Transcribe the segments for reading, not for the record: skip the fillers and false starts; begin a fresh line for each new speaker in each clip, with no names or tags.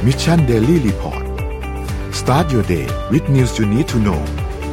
Mission Daily Report Start your day with news you need to know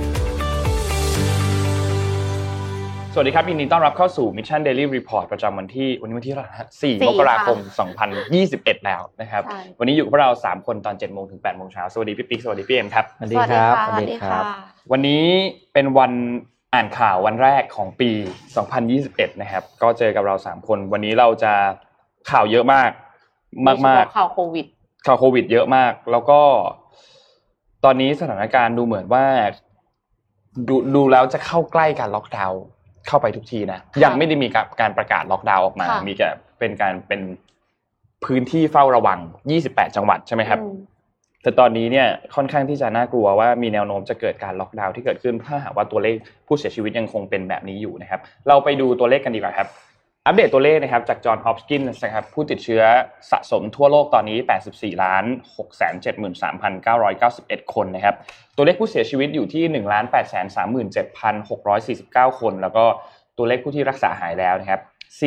สวัสดีครับยินดีต้อนรับเข้าสู่ Mission Daily Report ประจำวันที่4มกราคม2021แล้วนะครับวันนี้อยู่กับพวกเรา3คนตอน 7:00 นถึง 8:00 นเช้าสวัสดีพี่ปิ๊กสวัสดีพี่เอ็มครับ
สวัสดีครับสวัสดีครับ
วันนี้เป็นวันอ่านข่าววันแรกของปี2021นะครับก็เจอกับเรา3คนวันนี้เราจะข่าวเยอะมาก
ข่าวโควิด
เยอะมากแล้วก็ตอนนี้สถานการณ์ดูเหมือนว่าดูแล้วจะเข้าใกล้การล็อกดาวน์เข้าไปทุกทีนะยังไม่ได้มีการประกาศล็อกดาวน์ออกมามีแต่เป็นพื้นที่เฝ้าระวัง28จังหวัดใช่ไหมครับแต่ตอนนี้เนี่ยค่อนข้างที่จะน่ากลัวว่ามีแนวโน้มจะเกิดการล็อกดาวน์ที่เกิดขึ้นถ้าหากว่าตัวเลขผู้เสียชีวิตยังคงเป็นแบบนี้อยู่นะครับเราไปดูตัวเลขกันดีกว่าครับอัปเดตตัวเลขนะครับจากจอห์นฮอปกินส์นะครับผู้ติดเชื้อสะสมทั่วโลกตอนนี้ 84,673,991 คนนะครับตัวเลขผู้เสียชีวิตอยู่ที่ 1,837,649 คนแล้วก็ตัวเลขผู้ที่รักษาหายแล้วนะครับ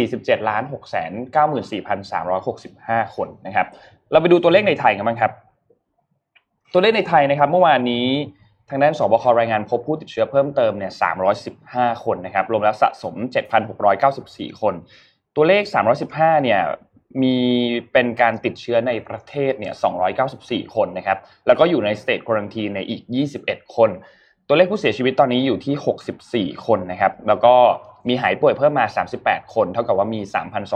47,694,365 คนนะครับเราไปดูตัวเลขในไทยกันบ้างครับตัวเลขในไทยนะครับเมื่อวานนี้ทางด้านสบครายงานพบผู้ติดเชื้อเพิ่มเติมเนี่ย315คนนะครับรวมแล้วสะสม 7,694 คนตัวเลข315เนี่ยมีเป็นการติดเชื้อในประเทศเนี่ย294คนนะครับแล้วก็อยู่ในสเตทควอรันทีนในอีก21คนตัวเลขผู้เสียชีวิตตอนนี้อยู่ที่64คนนะครับแล้วก็มีหายป่วยเพิ่มมา38คนเท่ากับว่ามี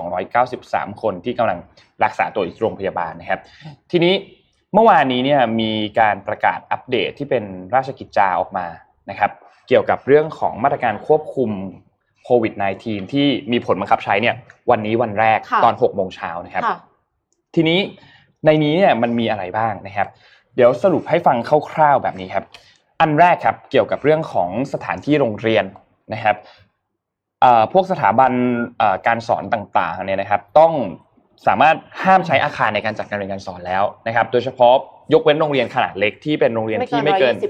3,293 คนที่กำลังรักษาตัวอยู่โรงพยาบาลนะครับทีนี้เมื่อวานนี้เนี่ยมีการประกาศอัปเดตที่เป็นราชกิจจาออกมานะครับเกี่ยวกับเรื่องของมาตรการควบคุมโควิด -19 ที่มีผลบังคับใช้เนี่ยวันนี้วันแรกตอน 6:00 นนะครับทีนี้ในนี้เนี่ยมันมีอะไรบ้างนะครับเดี๋ยวสรุปให้ฟังคร่าวๆแบบนี้ครับอันแรกครับเกี่ยวกับเรื่องของสถานที่โรงเรียนนะครับพวกสถาบันการสอนต่างๆเนี่ยนะครับต้องสามารถห้ามใช้อาคารในการจัดการเรียนการสอนแล้วนะครับโดยเฉพาะยกเว้นโรงเรียนขนาดเล็กที่เป็นโรงเรียนที่ไม่เกิน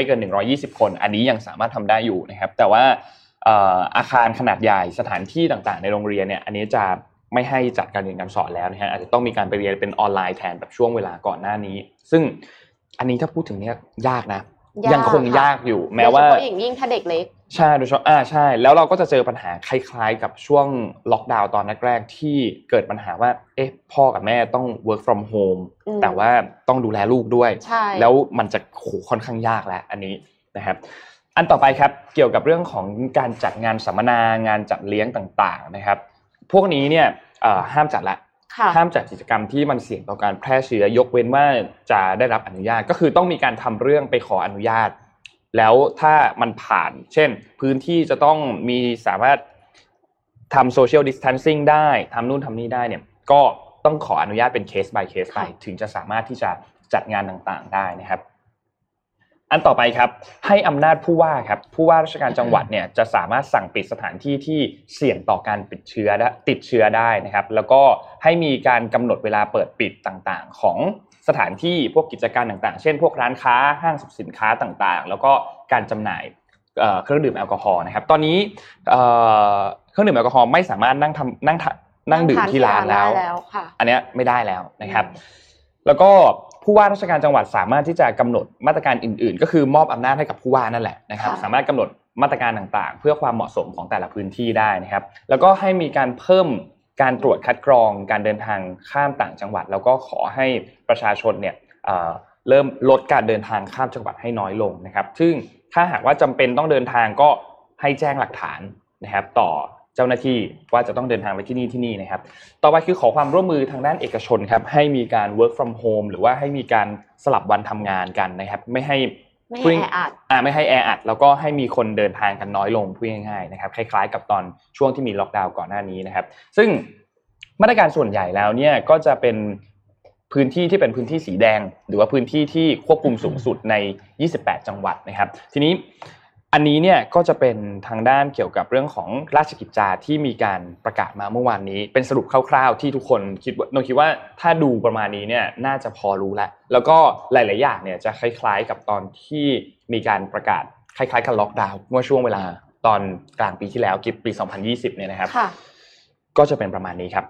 120คนอันนี้ยังสามารถทำได้อยู่นะครับแต่ว่าอาคารขนาดใหญ่สถานที่ต่างๆในโรงเรียนเนี่ยอันนี้จะไม่ให้จัดการเรียนการสอนแล้วนะฮะอาจจะต้องมีการไปเรียนเป็นออนไลน์แทนแบบช่วงเวลาก่อนหน้านี้ซึ่งอันนี้ถ้าพูดถึงเนี่ยยากนะยังคงยากอยู่แม้ว่า
โดยเฉพาะอย่างยิ่งถ้าเด็กเล็ก
ใช่โดยเฉพาะใช่แล้วเราก็จะเจอปัญหาคล้ายๆกับช่วงล็อกดาวน์ตอนแรกๆที่เกิดปัญหาว่าพ่อกับแม่ต้อง work from home แต่ว่าต้องดูแลลูกด้วยแล้วมันจะค่อนข้างยากแล้วอันนี้นะครับอันต่อไปครับเกี่ยวกับเรื่องของการจัดงานสัมมนางานจัดเลี้ยงต่างๆนะครับพวกนี้เนี่ยห้ามจัดละห้ามจัดกิจกรรมที่มันเสี่ยงต่อการแพร่เชื้อยกเว้นว่าจะได้รับอนุญาตก็คือต้องมีการทำเรื่องไปขออนุญาตแล้วถ้ามันผ่านเช่นพื้นที่จะต้องมีสามารถทำ social distancing ได้ทำนู่นทำนี่ได้เนี่ยก็ต้องขออนุญาตเป็น case by case ไปถึงจะสามารถที่จะจัดงานต่างๆได้นะครับอันต่อไปครับให้อำนาจผู้ว่าครับผู้ว่าราชการจังหวัดเนี่ยจะสามารถสั่งปิดสถานที่ที่เสี่ยงต่อการติดเชื้อได้นะครับแล้วก็ให้มีการกำหนดเวลาเปิดปิดต่างๆของสถานที่พวกกิจการต่างๆเช่นพวกร้านค้าห้างสรรพสินค้าต่างๆแล้วก็การจำหน่ายเครื่องดื่มแอลกอฮอล์นะครับตอนนี้เครื่องดื่มแอลกอฮอล์ไม่สามารถนั่งดื่มที่ร้านแล้วอันนี้ไม่ได้แล้วนะครับแล้วก็ผู้ว่าราชการจังหวัดสามารถที่จะกำหนดมาตรการอื่นๆก็คือมอบอำนาจให้กับผู้ว่านั่นแหละนะครับสามารถกำหนดมาตรการต่างๆเพื่อความเหมาะสมของแต่ละพื้นที่ได้นะครับแล้วก็ให้มีการเพิ่มการตรวจคัดกรองการเดินทางข้ามต่างจังหวัดแล้วก็ขอให้ประชาชนเนี่ยเริ่มลดการเดินทางข้ามจังหวัดให้น้อยลงนะครับซึ่งถ้าหากว่าจำเป็นต้องเดินทางก็ให้แจ้งหลักฐานนะครับต่อเจ้าหน้าที่ว่าจะต้องเดินทางไปที่นี่นะครับต่อไปคือขอความร่วมมือทางด้านเอกชนครับให้มีการ work from home หรือว่าให้มีการสลับวันทำงานกันนะครับไม่ให้แออัดแล้วก็ให้มีคนเดินทางกันน้อยลงพูดง่ายๆนะครับคล้ายๆกับตอนช่วงที่มีล็อกดาวน์ก่อนหน้านี้นะครับซึ่งมาตรการส่วนใหญ่แล้วเนี่ยก็จะเป็นพื้นที่ที่เป็นพื้นที่สีแดงหรือว่าพื้นที่ที่ควบคุมสูงสุดใน28จังหวัดนะครับทีนี้อันนี้เนี่ยก็จะเป็นทางด้านเกี่ยวกับเรื่องของราชกิจจาที่มีการประกาศมาเมื่อวานนี้เป็นสรุปคร่าวๆที่ทุกคนคิดว่าถ้าดูประมาณนี้เนี่ยน่าจะพอรู้แล้วก็หลายๆอย่างเนี่ยจะคล้ายๆกับตอนที่มีการประกาศคล้ายๆกับล็อกดาวน์เมื่อช่วงเวลาตอนกลางปีที่แล้วปี2020เนี่ยนะครับก็จะเป็นประมาณนี้ครับ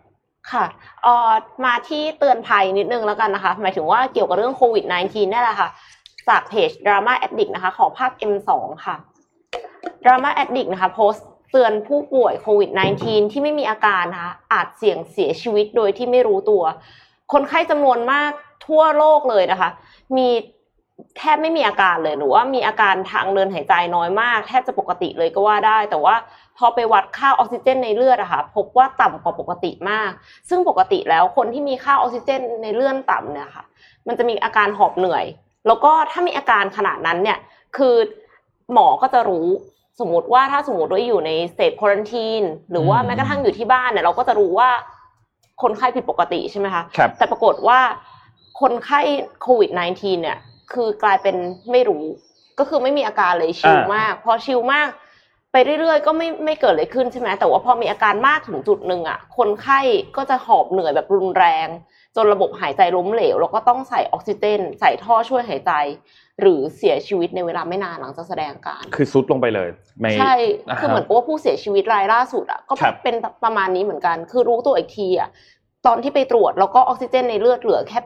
ค่ะมาที่เตือนภัยนิดนึงแล้วกันนะคะหมายถึงว่าเกี่ยวกับเรื่องโควิด -19 นี่แหละค่ะจากเพจ Drama Addict นะคะขอภาพ M2 ค่ะ Drama Addict นะคะโพสต์เตือนผู้ป่วยโควิด -19 ที่ไม่มีอาการนะคะอาจเสี่ยงเสียชีวิตโดยที่ไม่รู้ตัวคนไข้จำนวนมากทั่วโลกเลยนะคะมีแทบไม่มีอาการเลยหรือว่ามีอาการทางเดินหายใจน้อยมากแทบจะปกติเลยก็ว่าได้แต่ว่าพอไปวัดค่าออกซิเจนในเลือดอะค่ะพบว่าต่ำกว่าปกติมากซึ่งปกติแล้วคนที่มีค่าออกซิเจนในเลือดต่ำเนี่ยค่ะมันจะมีอาการหอบเหนื่อยแล้วก็ถ้ามีอาการขนาดนั้นเนี่ยคือหมอก็จะรู้สมมติว่าถ้าสมมติว่าอยู่ในสเตจควอรันทีนหรือว่าแม้กระทั่งอยู่ที่บ้านเนี่ยเราก็จะรู้ว่าคนไข้ผิดปกติใช่ไหมคะแต่ปรากฏว่าคนไข้โควิด -19 เนี่ยคือกลายเป็นไม่รู้ก็คือไม่มีอาการเลยชิลมากพอชิลมากไปเรื่อยๆก็ไม่เกิดอะไรขึ้นใช่ไหมแต่ว่าพอมีอาการมากถึงจุดนึงอ่ะคนไข้ก็จะหอบเหนื่อยแบบรุนแรงจนระบบหายใจล้มเหลวแล้วก็ต้องใส่ออกซิเจนใส่ท่อช่วยหายใจหรือเสียชีวิตในเวลาไม่นานหลังจากแสดงอาการ
คือซุดลงไปเลย
ใช่คือเหมือนกับว่าผู้เสียชีวิตรายล่าสุดอ่ะก็เป็นประมาณนี้เหมือนกันคือรู้ตัวอีกทีอ่ะตอนที่ไปตรวจแล้วก็ออกซิเจนในเลือดเหลือแค่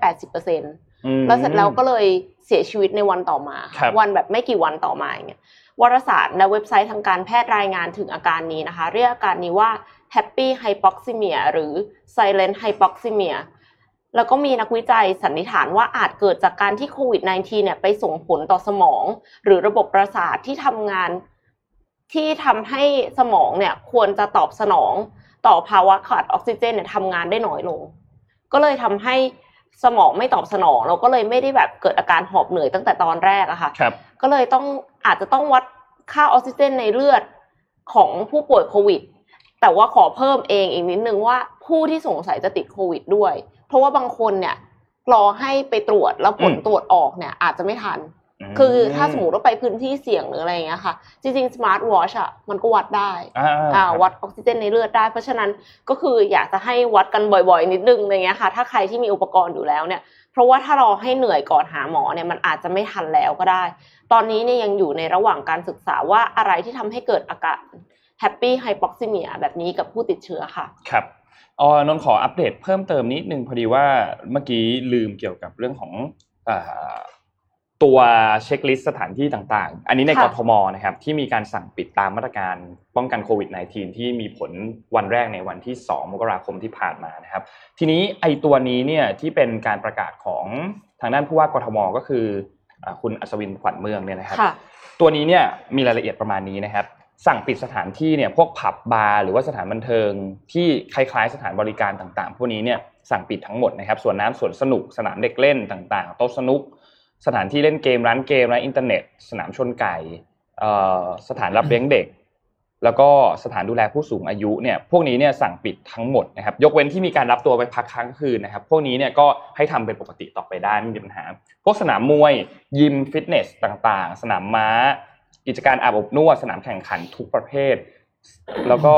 80%แล้วเสร็จแล้วก็เลยเสียชีวิตในวันต่อมาวันแบบไม่กี่วันต่อมาอย่างเงี้ยวารสารและเว็บไซต์ทางการแพทย์รายงานถึงอาการนี้นะคะเรียกอาการนี้ว่า Happy Hypoxemia หรือ Silent Hypoxemia แล้วก็มีนักวิจัยสันนิษฐานว่าอาจเกิดจากการที่โควิด -19 เนี่ยไปส่งผลต่อสมองหรือระบบประสาทที่ทำงานที่ทำให้สมองเนี่ยควรจะตอบสนองต่อภาวะขาดออกซิเจนเนี่ยทำงานได้น้อยลงก็เลยทำให้สมองไม่ตอบสนองเราก็เลยไม่ได้แบบเกิดอาการหอบเหนื่อยตั้งแต่ตอนแรกอะค่ะก็เลยอาจจะต้องวัดค่าออกซิเจนในเลือดของผู้ป่วยโควิดแต่ว่าขอเพิ่มเองอีกนิดนึงว่าผู้ที่สงสัยจะติดโควิดด้วยเพราะว่าบางคนเนี่ยรอให้ไปตรวจแล้วผลตรวจออกเนี่ยอาจจะไม่ทันคือถ้าสมมติว่าไปพื้นที่เสี่ยงหรืออะไรอย่างเงี้ยค่ะจริงๆสมาร์ทวอชอ่ะมันก็วัดได้วัดออกซิเจนในเลือดได้เพราะฉะนั้นก็คืออยากจะให้วัดกันบ่อยๆนิดนึงอะไรเงี้ยค่ะถ้าใครที่มีอุปกรณ์อยู่แล้วเนี่ยเพราะว่าถ้ารอให้เหนื่อยก่อนหาหมอเนี่ยมันอาจจะไม่ทันแล้วก็ได้ตอนนี้เนี่ยยังอยู่ในระหว่างการศึกษาว่าอะไรที่ทำให้เกิดอาการ Happy Hypoxemia แบบนี้กับผู้ติดเชื้อค่ะ
ครับนนท์ขออัปเดตเพิ่มเติมนิดนึงพอดีว่าเมื่อกี้ลืมเกี่ยวกับเรื่องของตัวเช็คลิสต์สถานที่ต่างๆอันนี้ในกทมนะครับที่มีการสั่งปิดตามมาตรการป้องกันโควิด -19 ที่มีผลวันแรกในวันที่2มกราคมที่ผ่านมานะครับทีนี้ไอ้ตัวนี้เนี่ยที่เป็นการประกาศของทางด้านผู้ว่ากทมก็คือคุณอัศวินขวัญเมืองเนี่ยนะครับตัวนี้เนี่ยมีรายละเอียดประมาณนี้นะครับสั่งปิดสถานที่เนี่ยพวกผับบาร์หรือว่าสถานบันเทิงที่คล้ายๆสถานบริการต่างๆพวกนี้เนี่ยสั่งปิดทั้งหมดนะครับส่วนน้ำสวนสนุกสนามเด็กเล่นต่างๆโต๊ะสนุกสถานที่เล่นเกมร้านเกมร้านอินเทอร์เน็ตสนามชนไก่สถานรับเลี้ยงเด็กแล้วก็สถานดูแลผู้สูงอายุเนี่ยพวกนี้เนี่ยสั่งปิดทั้งหมดนะครับยกเว้นที่มีการรับตัวไปพักค้างคืนนะครับพวกนี้เนี่ยก็ให้ทำเป็นปกติต่อไปได้ไม่มีปัญหาพวกสนามมวยยิมฟิตเนสต่างๆสนามม้ากิจการอาบอบนวดสนามแข่งขันทุกประเภทแล้วก็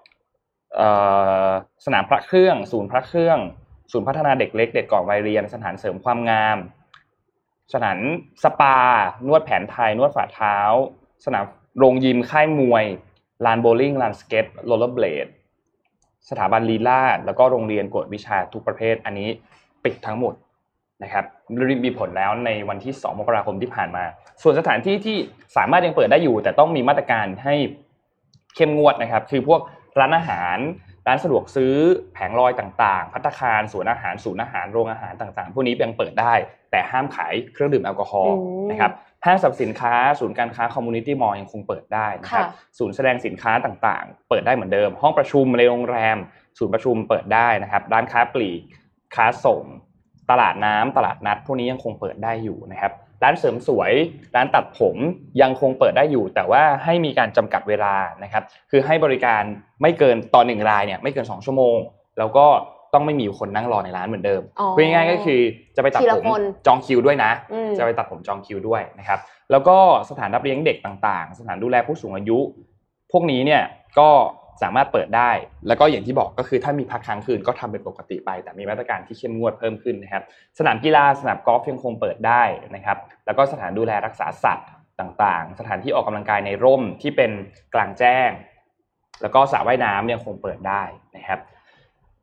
สนามพระเครื่องศูนย์พระเครื่องศูนย์พัฒนาเด็กเล็กเด็กก่อนวัยเรียนสถานเสริมความงามสถานสปานวดแผนไทยนวดฝ่าเท้าสนามโรงยิมค่ายมวยลานโบว์ลิ่งลานสเก็ตโรลเลอร์เบลดสถาบันลีลาศแล้วก็โรงเรียนกวดวิชาทุกประเภทอันนี้ปิดทั้งหมดนะครับมีผลแล้วในวันที่2มกราคมที่ผ่านมาส่วนสถานที่ที่สามารถยังเปิดได้อยู่แต่ต้องมีมาตรการให้เข้มงวดนะครับคือพวกร้านอาหารร้านสะดวกซื้อแผงลอยต่างๆภัตตาคารสวนอาหารศูนย์อาหารโรงอาหารต่างๆพวกนี้ยังเปิดได้แต่ห้ามขายเครื่องดื่มแอลกอฮอล์นะครับห้างสรรพสินค้าศูนย์การค้าคอมมูนิตี้มอลล์ยังคงเปิดได้นะครับศูนย์แสดงสินค้าต่างๆเปิดได้เหมือนเดิมห้องประชุมในโรงแรมศูนย์ประชุมเปิดได้นะครับร้านค้าปลีกค้าส่งตลาดน้ำตลาดนัดพวกนี้ยังคงเปิดได้อยู่นะครับร้านเสริมสวยร้านตัดผมยังคงเปิดได้อยู่แต่ว่าให้มีการจำกัดเวลานะครับคือให้บริการไม่เกินต่อ1รายเนี่ยไม่เกิน2ชั่วโมงแล้วก็ต้องไม่มีคนนั่งรอในร้านเหมือนเดิมพูดง่ายๆก็คือจะไปตัดผมจองคิวด้วยนะจะไปตัดผมจองคิวด้วยนะครับแล้วก็สถานรับเลี้ยงเด็กต่างๆสถานดูแลผู้สูงอายุพวกนี้เนี่ยก็สามารถเปิดได้แล้วก็อย่างที่บอกก็คือถ้ามีพักค้างคืนก็ทำเป็นปกติไปแต่มีมาตรการที่เข้มงวดเพิ่มขึ้นนะครับสนามกีฬาสนามกอล์ฟยังคงเปิดได้นะครับแล้วก็สถานดูแลรักษาสัตว์ต่างๆสถานที่ออกกำลังกายในร่มที่เป็นกลางแจ้งแล้วก็สระว่ายน้ำยังคงเปิดได้นะครับ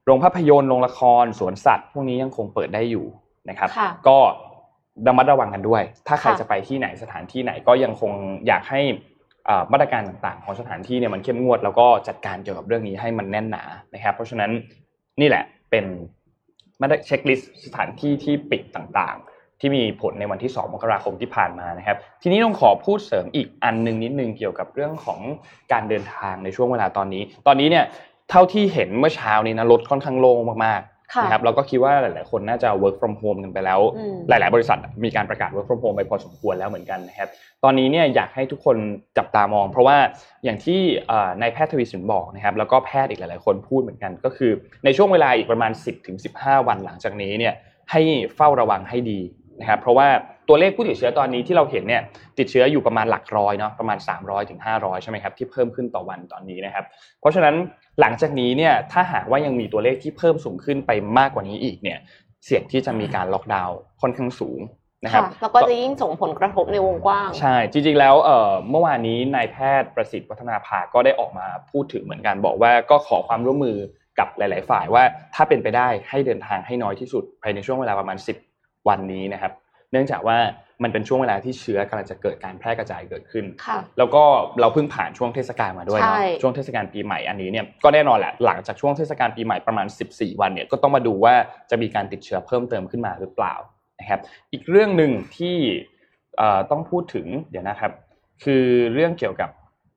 โรงภาพยนตร์โรงละครสวนสัตว์พวกนี้ยังคงเปิดได้อยู่นะครับก็ระมัดระวังกันด้วยถ้าใครจะไปที่ไหนสถานที่ไหนก็ยังคงอยากให้มาตรการต่างๆของสถานที่เนี่ยมันเข้มงวดแล้วก็จัดการเกี่ยวกับเรื่องนี้ให้มันแน่นหนานะครับเพราะฉะนั้นนี่แหละเป็นมาตรเช็คลิสต์สถานที่ที่ปิดต่างๆที่มีผลในวันที่2 มกราคมที่ผ่านมานะครับทีนี้ต้องขอพูดเสริมอีกอันนึงนิดนึงเกี่ยวกับเรื่องของการเดินทางในช่วงเวลาตอนนี้เนี่ยเท่าที่เห็นเมื่อเช้านี้นะรถค่อนข้างโล่งมากๆนะครับเราก็คิดว่าหลายๆคนน่าจะ work from home กันไปแล้วหลายๆบริษัทมีการประกาศ work from home ไปพอสมควรแล้วเหมือนกันนะครับตอนนี้เนี่ยอยากให้ทุกคนจับตามองเพราะว่าอย่างที่นายแพทย์ทวีสินบอกนะครับแล้วก็แพทย์อีกหลายๆคนพูดเหมือนกันก็คือในช่วงเวลาอีกประมาณ 10-15 วันหลังจากนี้เนี่ยให้เฝ้าระวังให้ดีนะครับเพราะว่าตัวเลขผู้ติดเชื้อตอนนี้ที่เราเห็นเนี่ยติดเชื้ออยู่ประมาณหลักร้อยเนาะประมาณ300 ถึง 500ใช่ไหมครับที่เพิ่มขึ้นต่อวันตอนนี้นะครับเพราะฉะนั้นหลังจากนี้เนี่ยถ้าหากว่ายังมีตัวเลขที่เพิ่มสูงขึ้นไปมากกว่านี้อีกเนี่ยเสี่ยงที่จะมีการล็อกดาวน์ค่อนข้างสูงนะครับ
แล้วก็จะยิ่งส่งผลกระทบในวงกว้าง
ใช่จริงๆแล้วเมื่อวานนี้นายแพทย์ประสิทธิ์วัฒนาภาก็ได้ออกมาพูดถึงเหมือนกันบอกว่าก็ขอความร่วมมือกับหลายๆฝ่ายว่าถ้าเป็นไปได้ให้เดินทางให้น้อยที่สุดภายในช่วงเวลาประมาณ10 วันนี้นะครับเนื่องจากว่ามันเป็นช่วงเวลาที่เชื้อกำลังจะเกิดการแพร่กระจายเกิดขึ้นแล้วก็เราเพิ่งผ่านช่วงเทศกาลมาด้วยเนาะช่วงเทศกาลปีใหม่อันนี้เนี่ยก็แน่นอนแหละหลังจากช่วงเทศกาลปีใหม่ประมาณ14 วันเนี่ยก็ต้องมาดูว่าจะมีการติดเชื้อเพิ่มเติมขึ้นมาหรือเปล่านะครับอีกเรื่องนึงที่ต้องพูดถึงเดี๋ยวนะครับคือเรื่องเกี่ยวกับ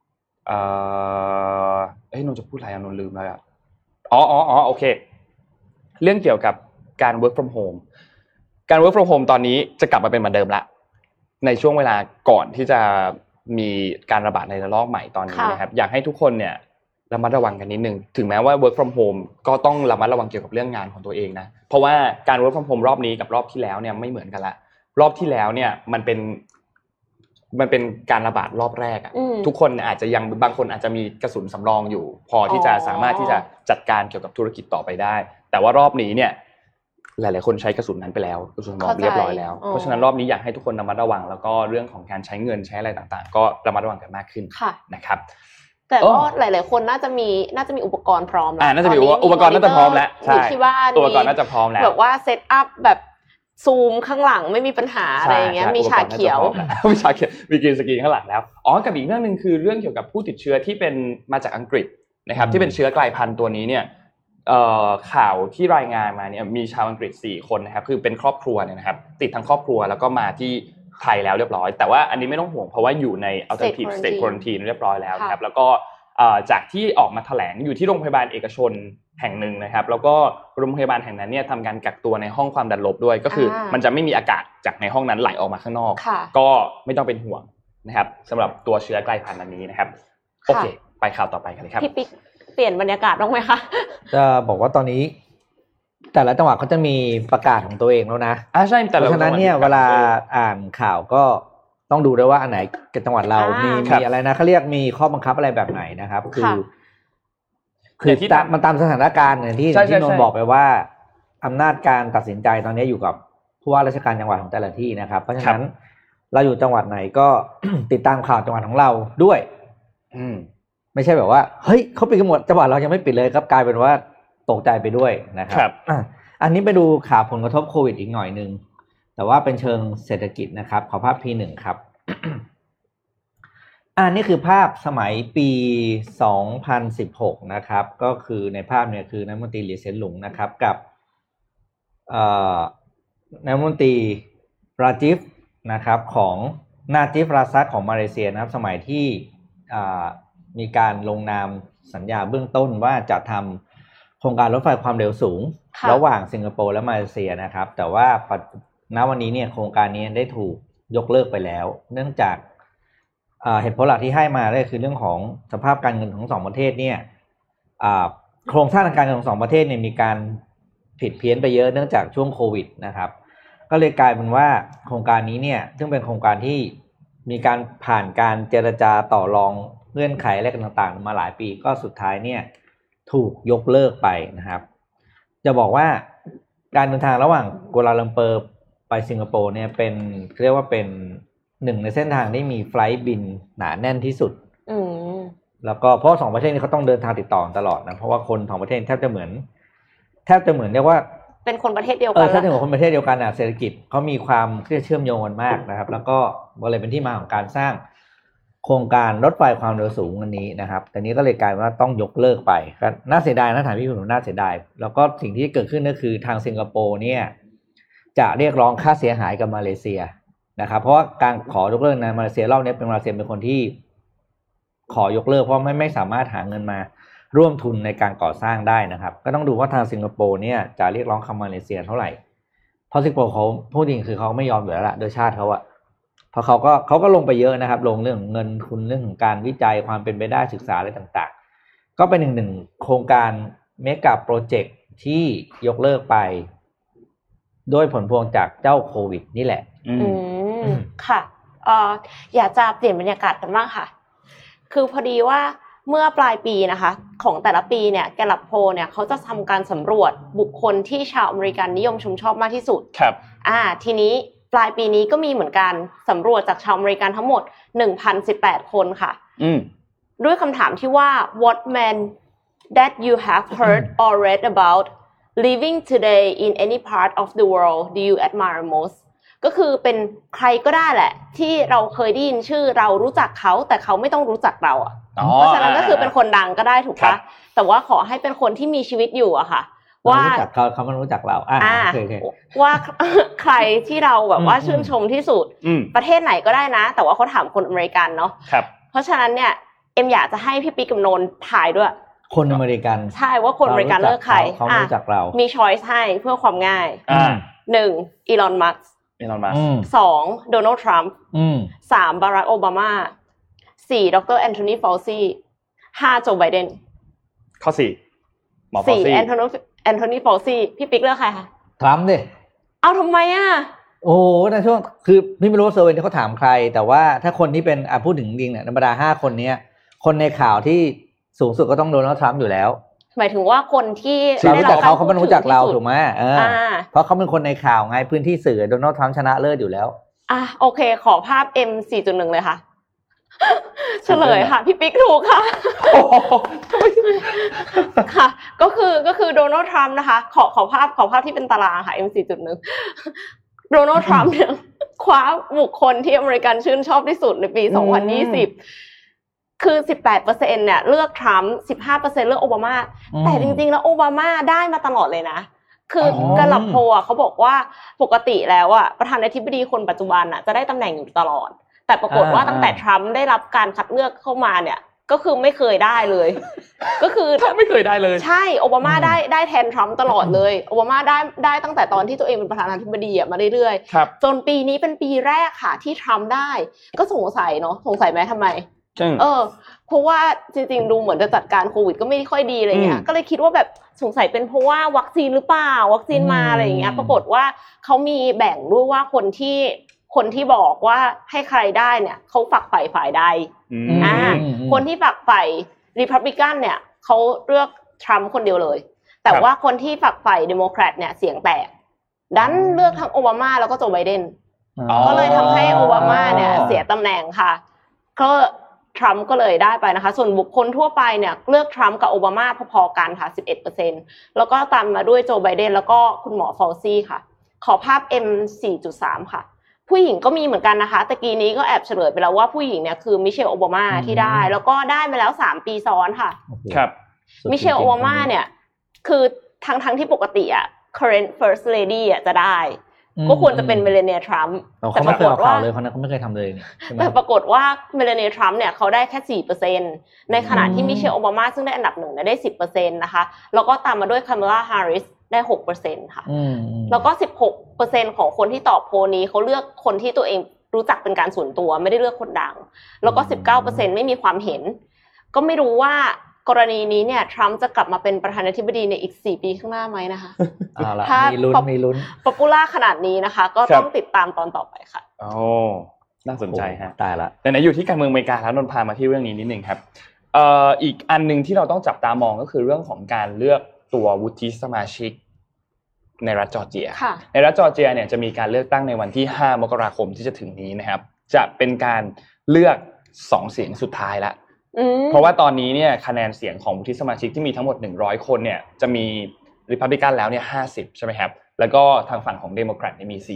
นนท์จะพูดอะไรนนท์ลืมแล้วอ่ะโอเคเรื่องเกี่ยวกับการ work from homeการ work from home ตอนนี้จะกลับมาเป็นเหมือนเดิมละในช่วงเวลาก่อนที่จะมีการระบาดในระลอกใหม่ตอนนี้นะครับอยากให้ทุกคนเนี่ยระมัดระวังกันนิดนึงถึงแม้ว่า work from home ก็ต้องระมัดระวังเกี่ยวกับเรื่องงานของตัวเองนะเพราะว่าการ work from home รอบนี้กับรอบที่แล้วเนี่ยไม่เหมือนกันละรอบที่แล้วเนี่ยมันเป็นการระบาดรอบแรกอ่ะทุกคนอาจจะยังบางคนอาจจะมีกระสุนสำรองอยู่พอที่จะสามารถที่จะจัดการเกี่ยวกับธุรกิจต่อไปได้แต่ว่ารอบนี้เนี่ยหลายๆคนใช้กระสุนนั้นไปแล้วกระสุนสำรองเรียบร้อยแล้วเพราะฉะนั้นรอบนี้อยากให้ทุกคนระมัดระวังแล้วก็เรื่องของการใช้เงินใช้อะไรต่างๆก็ระมัดระวังกันมากขึ้นนะครับ
แต่ก็หลายๆคนน่าจะมีอุปกรณ์พร้อมแล้ว
น่าจะมีอุปกรณ์น่าจะพร้อมแล้วใช่
ที่บ้าน
อุปกรณ์น่าจะพร้อมแล้ว
แบบว่าเซตอัพแบบซูมข้างหลังไม่มีปัญหาอะไรอย่างเงี้ยมีชาเขียว
มีชาเขียวมีกรีนสกรีนข้างหลังแล้วกับอีกเรื่องนึงคือเรื่องเกี่ยวกับผู้ติดเชื้อที่เป็นมาจากอังกฤษนะครับที่เป็นเชื้อกลายพันธุ์ตัวนี้เนี่ยข่าวที่รายงานมาเนี่ยมีชาวอังกฤษ4 คนนะครับคือเป็นครอบครัวเนี่ยนะครับติดทั้งครอบครัวแล้วก็มาที่ไทยแล้วเรียบร้อยแต่ว่าอันนี้ไม่ต้องห่วงเพราะว่าอยู่ใน alternative state quarantine เรียบร้อยแล้วนะครับแล้วก็จากที่ออกมาแถลงอยู่ที่โรงพยาบาลเอกชนแห่งหนึ่งนะครับแล้วก็โรงพยาบาลแห่งนั้นเนี่ยทำการกักตัวในห้องความดันลบด้วยก็คือมันจะไม่มีอากาศจากในห้องนั้นไหลออกมาข้างนอกก็ไม่ต้องเป็นห่วงนะครับสำหรับตัวเชื้อกลายพันธุ์อันนี้นะครับโอเคไปข่าวต่อไปกันเลยครับ
พี่ปิ๊กเปลี่ยนบรรยากาศบ้างไหมคะ
จะบอกว่าตอนนี้แต่ละจังหวัดเขาจะมีประกาศของตัวเองแล้วนะ
ใช่แต่
เพราะฉะนั้นเนี่ยเวลาอ่านข่าวก็ต้องดูด้วยว่าอันไหนจังหวัดเรามีอะไรนะเขาเรียกมีข้อบังคับอะไรแบบไหนนะครับคือที่มันตามสถานการณ์อย่างที่นนท์บอกไปว่าอำนาจการตัดสินใจตอนนี้อยู่กับผู้ว่าราชการจังหวัดของแต่ละที่นะครับเพราะฉะนั้นเราอยู่จังหวัดไหนก็ติดตามข่าวจังหวัดของเราด้วยไม่ใช่แบบว่าเฮ้ยเขาปิดกันหมดจังหวัดเรายังไม่ปิดเลยครับกลายเป็นว่าตกใจไปด้วยนะครับอันนี้ไปดูข่าวผลกระทบโควิดอีกหน่อยนึงแต่ว่าเป็นเชิงเศรษฐกิจนะครับขอภาพ P1 ครับ นี่คือภาพสมัยปี2016นะครับก็คือในภาพเนี่ยคือรัฐมนตรีเหลียเซียนหลุงนะครับกับรัฐมนตรีราจิฟนะครับของนาจิฟราซักของมาเลเซียนะครับสมัยที่มีการลงนามสัญญาเบื้องต้นว่าจะทำโครงการรถไฟความเร็วสูงระหว่างสิงคโปร์และมาเลเซียนะครับแต่ว่าณวันนี้เนี่ยโครงการนี้ได้ถูกยกเลิกไปแล้วเนื่องจากเหตุผลหลักที่ให้มาก็คือเรื่องของสภาพการเงินของ2ประเทศเนี่ยโครงสร้างทางการเงินของ2ประเทศเนี่ยมีการผิดเพี้ยนไปเยอะเนื่องจากช่วงโควิดนะครับก็เลยกลายเป็นว่าโครงการนี้เนี่ยซึ่งเป็นโครงการที่มีการผ่านการเจรจาต่อรองเงื่อนไขอะไรต่างๆมาหลายปีก็สุดท้ายเนี่ยถูกยกเลิกไปนะครับจะบอกว่าการเดินทางระหว่างกัวลาลัมเปอร์ไปสิงคโปร์เนี่ยเป็นเรียกว่าเป็นหนึ่งในเส้นทางที่มีไฟลท์บินหนาแน่นที่สุดแล้วก็เพราะ2ประเทศนี้เขาต้องเดินทางติดต่อตลอดนะเพราะว่าคน2ประเทศแทบจะเหมือนแทบจะเหมือนเรียกว่า
เป็นคนประเทศเดียวกัน
ถ้าเป็นคนประเทศเดียวกันเศรษฐกิจเขามีความเชื่อมโยงกันมากนะครับแล้วก็เลยเป็นที่มาของการสร้างโครงการรถไฟความเร็วสูงอันนี้นะครับแต่นี้ก็เลยกลายว่าต้องยกเลิกไปก็น่าเสียดายนะถามพี่ผมน่าเสียดายแล้วก็สิ่งที่เกิดขึ้นก็คือทางสิงคโปร์เนี่ยจะเรียกร้องค่าเสียหายกับมาเลเซียนะครับเพราะว่าการขอยกเลิกในมาเลเซียรอบนี้เป็นมาเลเซียเป็นคนที่ขอยกเลิกเพราะไม่สามารถหาเงินมาร่วมทุนในการก่อสร้างได้นะครับก็ต้องดูว่าทางสิงคโปร์เนี่ยจะเรียกร้องคำมาเลเซียเท่าไหร่เพราะสิงคโปร์เขาพูดจริงคือเขาไม่ยอมอยู่แล้วล่ะโดยชาติเขาอะเพราะเขาก็ลงไปเยอะนะครับลงเรื่องเงินทุนเรื่องของการวิจัยความเป็นไปได้ศึกษาอะไรต่างๆก็เป็นหนึ่งโครงการเมกะโปรเจกต์ที่ยกเลิกไปด้วยผลพวงจากเจ้าโควิดนี่แหละ
ค่ะอยากจะเปลี่ยนบรรยากาศกันบ้างค่ะคือพอดีว่าเมื่อปลายปีนะคะของแต่ละปีเนี่ยแกลลับโพลเนี่ยเขาจะทำการสำรวจบุคคลที่ชาวอเมริกันนิยมชมชอบมากที่สุด
ครับ
ทีนี้ปลายปีนี้ก็มีเหมือนกันสำรวจจากชาวอเมริกันทั้งหมด 1,018 คนค่ะด้วยคำถามที่ว่า What man that you have heard or read about living today in any part of the world do you admire most ก็คือเป็นใครก็ได้แหละที่เราเคยได้ยินชื่อเรารู้จักเขาแต่เขาไม่ต้องรู้จักเราเพราะฉะนั้นก็คือเป็นคนดังก็ได้ถูกปะแต่ว่าขอให้เป็นคนที่มีชีวิตอยู่อะค่ะว่า
รู้จักเขาไม่รู้จักเรา
ว่าใครที่เราแบบว่าชื่นชมที่สุดประเทศไหนก็ได้นะแต่ว่าเขาถามคนอเมริกันเนาะเพราะฉะนั้นเนี่ยเอ็มอยากจะให้พี่ปิ๊กกับนนท์ถ่ายด้วย
คนอเมริกัน
ใช่ว่าคนอเมริกันเลือกใคร
เขารู้จักเรา
มีช้อยส์ให้เพื่อความง่าย1อีลอนมัสก์2โดนัลด์ทรัมป์3บารักโอบามา4ดรแอนโทนีฟาวซี5โจไบเดน
ข้อ4หมอฟาวซี
4แอนโทนีฟาวซีพี่ปิ๊กเลือกใครคะ
ทรัมป์ดิ
เอาทำไมอ่ะ
โอ้ในช่วงคือพี่ไม่รู้ว่าเซอร์เวนเขาถามใครแต่ว่าถ้าคนที่เป็นพูดถึงจริงเนี่ยธรรมดา5คนนี้คนในข่าวที่สูงสุดก็ต้องโดนัลด์ทรัมป์อยู่แล้ว
หมายถึงว่าคนที่
เรารู้จักเขาไม่รู้จักเราถูกไหมเพราะเขาเป็นคนในข่าวไงพื้นที่สื่อโดนัลด์ทรัมป์ชนะเลิศอยู่แล้ว
โอเคขอภาพ M4.1 เลยค่ะเฉลยค่ะพี่ปิ๊กถูกค่ะค่ะก็คือโดนัลด์ทรัมป์นะคะขอภาพที่เป็นตารางค่ะ M4.1 โดนัลด์ทรัมป์เนี่ยคว้าบุคคลที่อเมริกันชื่นชอบที่สุดในปี2020คือ 18% เนี่ยเลือกทรัมป์ 15% เลือกโอบามาแต่จริงๆแล้วโอบามาได้มาตลอดเลยนะคือกาลับโพเขาบอกว่าปกติแล้วประธานาธิบดีคนปัจจุบันจะได้ตำแหน่งอยู่ตลอดแต่ปรากฏว่าตั้งแต่ทรัมป์ได้รับการคัดเลือกเข้ามาเนี่ยก็คือไม่เคยได้เลยก็คือ
ไม่เคยได้เลย
ใช่โอบามาได้แทนทรัมป์ตลอดเลยโอบามาได้ตั้งแต่ตอนที่ตัวเองเป็นประธานาธิบดีมาเรื่อยๆจนปีนี้เป็นปีแรกค่ะที่ทรัมป์ได้ก็สงสัยเนาะสงสัยไหมทำไมเพราะว่าจริงๆดูเหมือนจะจัดการโควิดก็ไม่ค่อยดีอะไรเงี้ยก็เลยคิดว่าแบบสงสัยเป็นเพราะว่าวัคซีนหรือเปล่าวัคซีนมาอะไรอย่างเงี้ยปรากฏว่าเขามีแบ่งด้วยว่าคนที่บอกว่าให้ใครได้เนี่ยเขาฝักใฝ่ฝ่ายใดคนที่ฝักใฝ่รีพับลิกันเนี่ยเขาเลือกทรัมป์คนเดียวเลยแต่ว่าคนที่ฝักใฝ่เดโมแครตเนี่ยเสียงแตกดันเลือกทั้งโอบามาแล้วก็โจไบเดนก็เลยทำให้โอบามาเนี่ยเสียตำแหน่งค่ะก็ทรัมป์ก็เลยได้ไปนะคะส่วนบุคคลทั่วไปเนี่ยเลือกทรัมป์กับโอบามาพอๆกันค่ะ 11% แล้วก็ตามมาด้วยโจไบเดนแล้วก็คุณหมอฟาวซีค่ะขอภาพ M4.3 ค่ะผู้หญิงก็มีเหมือนกันนะคะตะกี้นี้ก็แอบเฉลยไปแล้วว่าผู้หญิงเนี่ยคือมิเชลโอบามาที่ได้แล้วก็ได้มาแล้ว3ปีซ้อนค่ะ
ครับ
มิเชลโอบามาเนี่ยคือทั้งที่ปกติcurrent first lady จะได้ก็ควรจะเป็นเมลานีทรัมป์
แต่ปรากฏว่าเลยเขาไม่เคยทำเลยนี่
แต่ปรากฏว่าเมลานีทรัมป์เนี่ยเขาได้แค่ 4% ในขณะที่มิเชลโอบามาซึ่งได้อันดับ1ได้ 10% นะคะแล้วก็ตามมาด้วยคามาลาแฮร์ริสได้ 6% ค่ะแล้วก็ 16% ของคนที่ตอบโพลนี้เขาเลือกคนที่ตัวเองรู้จักเป็นการส่วนตัวไม่ได้เลือกคนดังแล้วก็ 19% ไม่มีความเห็นก็ไม่รู้ว่ากรณีนี้เนี่ยทรัมป์จะกลับมาเป็นประธานาธิบดีในอีก4ปีข้างหน้าไหมนะคะ
ถ้ามีลุ้น
ป๊อปปูล่าขนาดนี้นะคะก็ต้องติดตามตอนต่อไปค่ะ
โอ้น่าสนใจฮะ
ตายละ
แต่ไหนอยู่ที่การเมืองอเมริกาแล้วนนท์พามาที่เรื่องนี้นิดนึงครับอีกอันนึงที่เราต้องจับตามองก็คือเรื่องของการเลือกตัววุฒิสมาชิกในรัฐจอร์เจียในรัฐจอร์เจียเนี่ยจะมีการเลือกตั้งในวันที่5มกราคมที่จะถึงนี้นะครับจะเป็นการเลือก2เสียงสุดท้ายละเพราะว่าตอนนี้เนี่ยคะแนนเสียงของวุฒิสมาชิกที่มีทั้งหมด100คนเนี่ยจะมี Republican แล้วเนี่ย50ใช่ไหมครับแล้วก็ทางฝั่งของ Democrat เนี่ยมี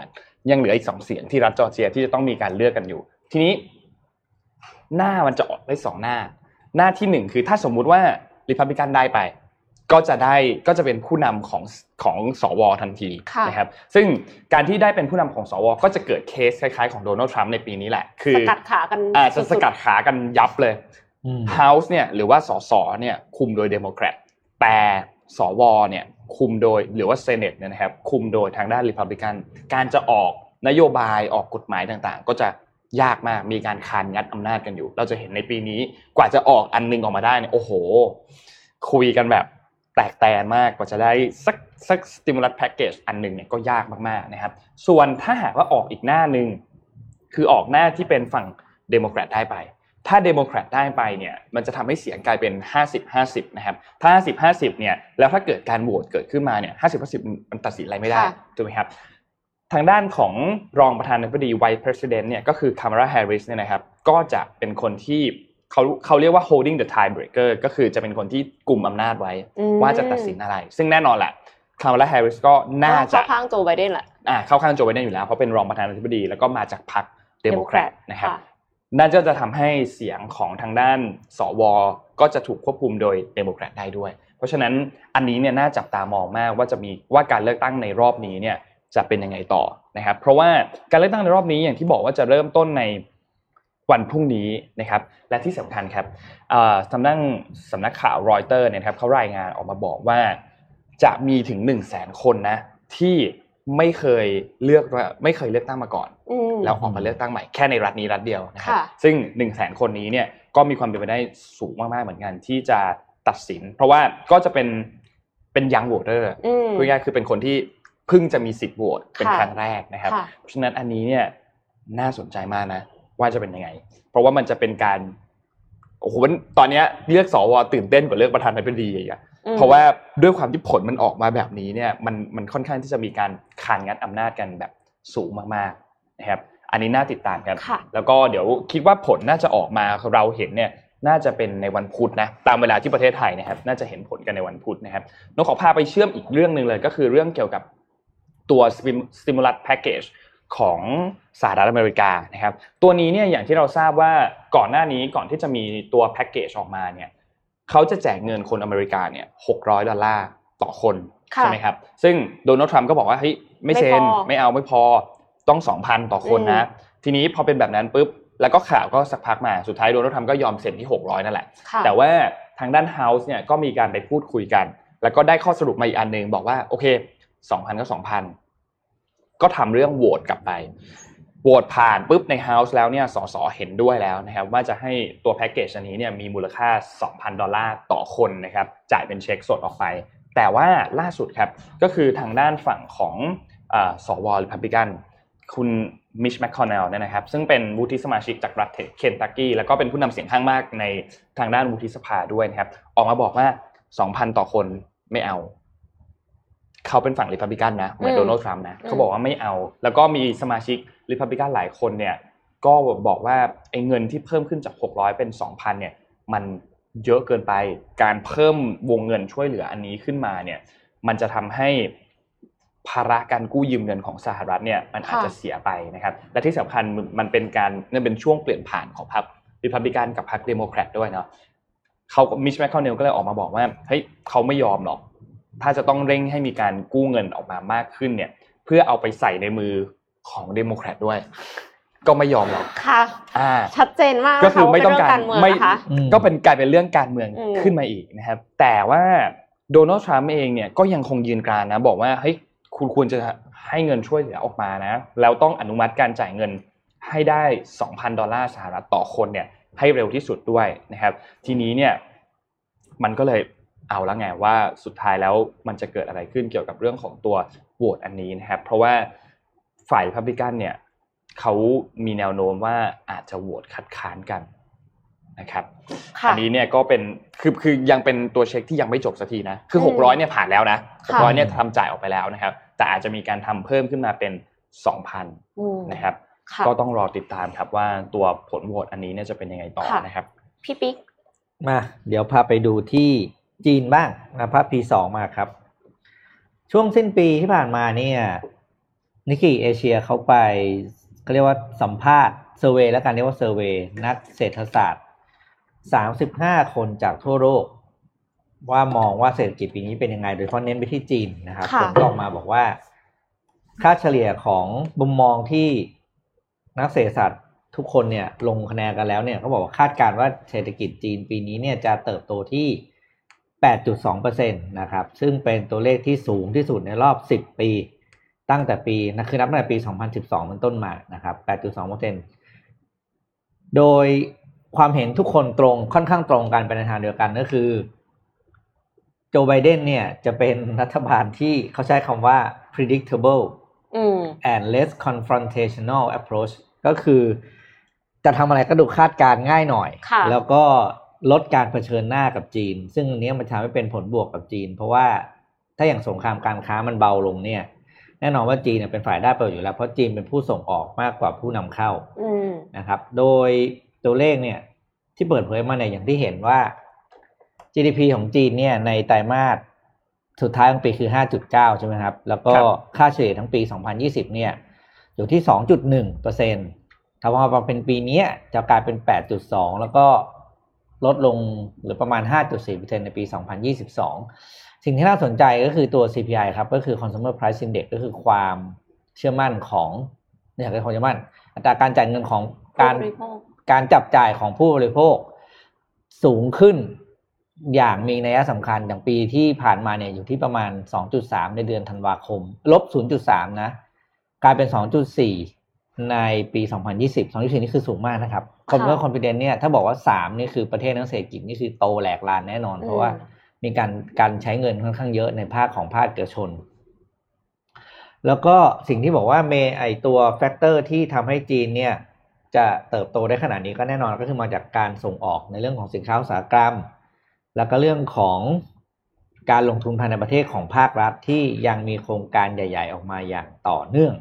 48ยังเหลืออีก2เสียงที่รัฐจอร์เจียที่จะต้องมีการเลือกกันอยู่ทีนี้หน้ามันจะออกได้2หน้าที่1คือถ้าสมมุติว่า Republican ได้ไปก็จะเป็นผู้นำของสวทันทีนะครับซึ่งการที่ได้เป็นผู้นำของสวก็จะเกิดเคสคล้ายๆของโดนัลด์ทรัมป์ในปีนี้แหละคือ
สกัดขากัน
สกัดขากันยับเลย House เนี่ยหรือว่าสสเนี่ยคุมโดยเดโมแครตแต่สวเนี่ยคุมโดยหรือว่า Senate เนี่ยนะครับคุมโดยทางด้าน Republican การจะออกนโยบายออกกฎหมายต่างๆก็จะยากมากมีการคานงัดอำนาจกันอยู่เราจะเห็นในปีนี้กว่าจะออกอันนึงออกมาได้เนี่ยโอ้โหคุยกันแบบแตกแตนมากกว่าจะได้สัก stimulus package อันนึงเนี่ยก็ยากมากๆนะครับส่วนถ้าหากว่าออกอีกหน้านึงคือออกหน้าที่เป็นฝั่งเดโมแครตได้ไปถ้าเดโมแครตได้ไปเนี่ยมันจะทำให้เสียงกลายเป็น50-50นะครับถ้า50-50เนี่ยแล้วถ้าเกิดการโหวตเกิดขึ้นมาเนี่ย50-50มันตัดสินอะไรไม่ได้ถูกไหมครับทางด้านของรองประธานาธิบดี Vice President เนี่ยก็คือ Kamala Harris เนี่ยนะครับก็จะเป็นคนที่เขาเรียกว่า holding the tiebreaker ก็คือจะเป็นคนที่กุมอำนาจไว้ว่าจะตัดสินอะไรซึ่งแน่นอนแหละ Kamala Harris ก็น่าจะ
เข้าข้างโจไบเดนแหละ
เข้าข้างโจไบเดนอยู่แล้วเพราะเป็นรองประธานาธิบดีแล้วก็มาจากพรรคเดโมแครตนะครับน่าจะทำให้เสียงของทางด้านสวก็จะถูกควบคุมโดยเดโมแครตได้ด้วยเพราะฉะนั้นอันนี้เนี่ยน่าจับตามองมากว่าการเลือกตั้งในรอบนี้เนี่ยจะเป็นยังไงต่อนะครับเพราะว่าการเลือกตั้งในรอบนี้อย่างที่บอกว่าจะเริ่มต้นในวันพรุ่งนี้นะครับและที่สำคัญครับทางด้านสำนักข่าวรอยเตอร์เนี่ยครับเขารายงานออกมาบอกว่าจะมีถึง 100,000 คนนะที่ไม่เคยเลือกตั้งมาก่อนแล้วออกมาเลือกตั้งใหม่แค่ในรัฐนี้รัฐเดียวนะครับซึ่ง 100,000 คนนี้เนี่ยก็มีความเป็นไปได้สูงมากๆเหมือนกันที่จะตัดสินเพราะว่าก็จะเป็นยังโหวตเตอร์พูดง่ายๆคือเป็นคนที่เพิ่งจะมีสิทธิ์โหวตเป็นครั้งแรกนะครับเพราะฉะนั้นอันนี้เนี่ยน่าสนใจมากนะว่าจะเป็นยังไงเพราะว่ามันจะเป็นการโอ้โหตอนนี้เลือกสวตื่นเต้นกว่าเลือกประธานาธิบดีอ่ะเพราะว่าด้วยความที่ผลมันออกมาแบบนี้เนี่ยมันค่อนข้างที่จะมีการคานงัดอำนาจกันแบบสูงมากๆนะครับอันนี้น่าติดตามครับแล้วก็เดี๋ยวคิดว่าผลน่าจะออกมาเราเห็นเนี่ยน่าจะเป็นในวันพุธนะตามเวลาที่ประเทศไทยนะครับน่าจะเห็นผลกันในวันพุธนะครับน้องขอพาไปเชื่อมอีกเรื่องนึงเลยก็คือเรื่องเกี่ยวกับตัว stimulus package ของสหรัฐอเมริกานะครับตัวนี้เนี่ยอย่างที่เราทราบว่าก่อนหน้านี้ก่อนที่จะมีตัวแพ็คเกจออกมาเนี่ยเขาจะแจกเงินคนอเมริกาเนี่ย$600ต่อคนใช่ไหมครับซึ่งโดนัลด์ทรัมป์ก็บอกว่าเฮ้ยไม่เซ็นไม่เอาไม่พอต้อง 2,000 ต่อคนนะทีนี้พอเป็นแบบนั้นปุ๊บแล้วก็ข่าวก็สักพักมาสุดท้ายโดนัลด์ทรัมป์ก็ยอมเซ็นที่600นั่นแหละแต่ว่าทางด้าน House เนี่ยก็มีการไปพูดคุยกันแล้วก็ได้ข้อสรุปมาอีกอันนึงบอกว่าโอเค 2,000 ก็ 2,000 ก็ทำเรื่องโหวตกลับไปโหวตผ่านปุ๊บใน House แล้วเนี่ยสสเห็นด้วยแล้วนะครับว่าจะให้ตัวแพ็คเกจอันนี้เนี่ยมีมูลค่า$2,000ต่อคนนะครับจ่ายเป็นเช็คสดออกไปแต่ว่าล่าสุดครับก็คือทางด้านฝั่งของสวRepublican คุณมิชแมคคอนเนลเนี่ยนะครับซึ่งเป็นวุฒิสมาชิกจากรัฐเคนตักกี้แล้วก็เป็นผู้นำเสียงข้างมากในทางด้านวุฒิสภาด้วยนะครับออกมาบอกว่า 2,000 ต่อคนไม่เอาเขาเป็นฝั่ง Republican นะเหมือนโดนัลด์ทรัมป์นะเขาบอกว่าไม่เอาแล้วก็มีสมาชิก Republican หลายคนเนี่ยก็บอกว่าไอ้เงินที่เพิ่มขึ้นจาก600เป็น 2,000 เนี่ยมันเยอะเกินไปการเพิ่มวงเงินช่วยเหลืออันนี้ขึ้นมาเนี่ยมันจะทำให้ภาระการกู้ยืมเงินของสหรัฐเนี่ยมันอาจจะเสียไปนะครับและที่สำคัญมันเป็นช่วงเปลี่ยนผ่านของพรรค Republican กับพรรค Democrat ด้วยเนาะเขามิชแมคคอนเนลก็เลยออกมาบอกว่าเฮ้ยเขาไม่ยอมหรอกถ้าจะต้องเร่งให้มีการกู้เงินออกมามากขึ้นเนี่ยเพื่อเอาไปใส่ในมือของเดโมแครตด้วยก็ไม่ยอมหรอก
ค่ะชัดเจนมาก
ก็คือไม่ต้องการไม่ก็เป็นกลายเป็นเรื่องการเมืองขึ้นมาอีกนะครับแต่ว่าโดนัลด์ทรัมป์เองเนี่ยก็ยังคงยืนกรานนะบอกว่าเฮ้ยคุณควรจะให้เงินช่วยเหลือออกมานะแล้วต้องอนุมัติการจ่ายเงินให้ได้$2,000สหรัฐต่อคนเนี่ยให้เร็วที่สุดด้วยนะครับทีนี้เนี่ยมันก็เลยเอาละไงว่าสุดท้ายแล้วมันจะเกิดอะไรขึ้นเกี่ยวกับเรื่องของตัวโหวตอันนี้นะครับเพราะว่าฝ่าย Republican เนี่ยเขามีแนวโน้มว่าอาจจะโหวตคัดค้านกันนะครับอันนี้เนี่ยก็เป็นคือยังเป็นตัวเช็คที่ยังไม่จบสักทีนะคือ600เนี่ยผ่านแล้วนะ600เนี่ยทำจ่ายออกไปแล้วนะครับแต่อาจจะมีการทำเพิ่มขึ้นมาเป็น 2,000 นะครับก็ต้องรอติดตามครับว่าตัวผลโหวตอันนี้เนี่ยจะเป็นยังไงต่อนะครับ
พี่ปิ๊ก
มาเดี๋ยวพาไปดูที่จีนบ้างนะภาพ P2 มาครับช่วงสิ้นปีที่ผ่านมาเนี่ยนิกเกิลเอเชียเขาไปเขาเรียกว่าสัมภาษณ์เซอร์เวย์แล้วกันเรียกว่าเซอร์เวย์นักเศรษฐศาสตร์35คนจากทั่วโลกว่ามองว่าเศรษฐกิจปีนี้เป็นยังไงโดยเฉพาะเน้นไปที่จีนนะครับผลก็ออกมาบอกว่าค่าเฉลี่ยของมุมมองที่นักเศรษฐศาสตร์ทุกคนเนี่ยลงคะแนนกันแล้วเนี่ยเขาบอกว่าคาดการณ์ว่าเศรษฐกิจจีนปีนี้เนี่ยจะเติบโตที่ 8.2% นะครับซึ่งเป็นตัวเลขที่สูงที่สุดในรอบ10ปีตั้งแต่ปีคือนับตั้งแต่ปี2012เป็นต้นมานะครับ 8.2% โดยความเห็นทุกคนค่อนข้างตรงกันไปในทางเดียวกันก็คือโจไบเดนเนี่ยจะเป็นรัฐบาลที่เขาใช้คำว่า predictable and less confrontational approach ก็คือจะทำอะไรก็ดูคาดการง่ายหน่อยแล้วก็ลดการเผชิญหน้ากับจีนซึ่งอันนี้มันทำให้เป็นผลบวกกับจีนเพราะว่าถ้าอย่างสงครามการค้ามันเบาลงเนี่ยแน่นอนว่าจีนเป็นฝ่ายได้ประโยชน์อยู่แล้วเพราะจีนเป็นผู้ส่งออกมากกว่าผู้นำเข้านะครับโดยตัวเลขเนี่ยที่เปิดเผยมาเนี่ยอย่างที่เห็นว่า GDP ของจีนเนี่ยในไตรมาสสุดท้ายของปีคือ 5.9 ใช่ไหมครับแล้วก็ค่าเฉลี่ยทั้งปี2020เนี่ยอยู่ที่ 2.1% ถ้าว่าเป็นปีนี้จะกลายเป็น 8.2 แล้วก็ลดลงหรือประมาณ 5.4% ในปี2022สิ่งที่น่าสนใจก็คือตัว CPI ครับก็คือ Consumer Price Index ก็คือความเชื่อมั่นของเนี่ยคือความเชื่อมั่นอัตราการจ่ายเงินของการจับจ่ายของผู้บริโภคสูงขึ้นอย่างมีนัยสำคัญอย่างปีที่ผ่านมาเนี่ยอยู่ที่ประมาณ 2.3 ในเดือนธันวาคมลบ 0.3 นะกลายเป็น 2.4 ในปี 2020 นี่คือสูงมากนะครับ Consumer Confidence เนี่ยถ้าบอกว่า3นี่คือประเทศทั้งเศรษฐกิจนี่คือโตแหลกลานแน่นอนเพราะว่ามีการใช้เงินค่อนข้างเยอะในภาคของภาคเอกชนแล้วก็สิ่งที่บอกว่าตัวแฟกเตอร์ที่ทำให้จีนเนี่ยจะเติบโตได้ขนาดนี้ก็แน่นอนก็คือมาจากการส่งออกในเรื่องของสินค้าอุตสาหกรรมแล้วก็เรื่องของการลงทุนภายในประเทศของภาครัฐที่ยังมีโครงการใหญ่ๆออกมาอย่างต่อเนื่อง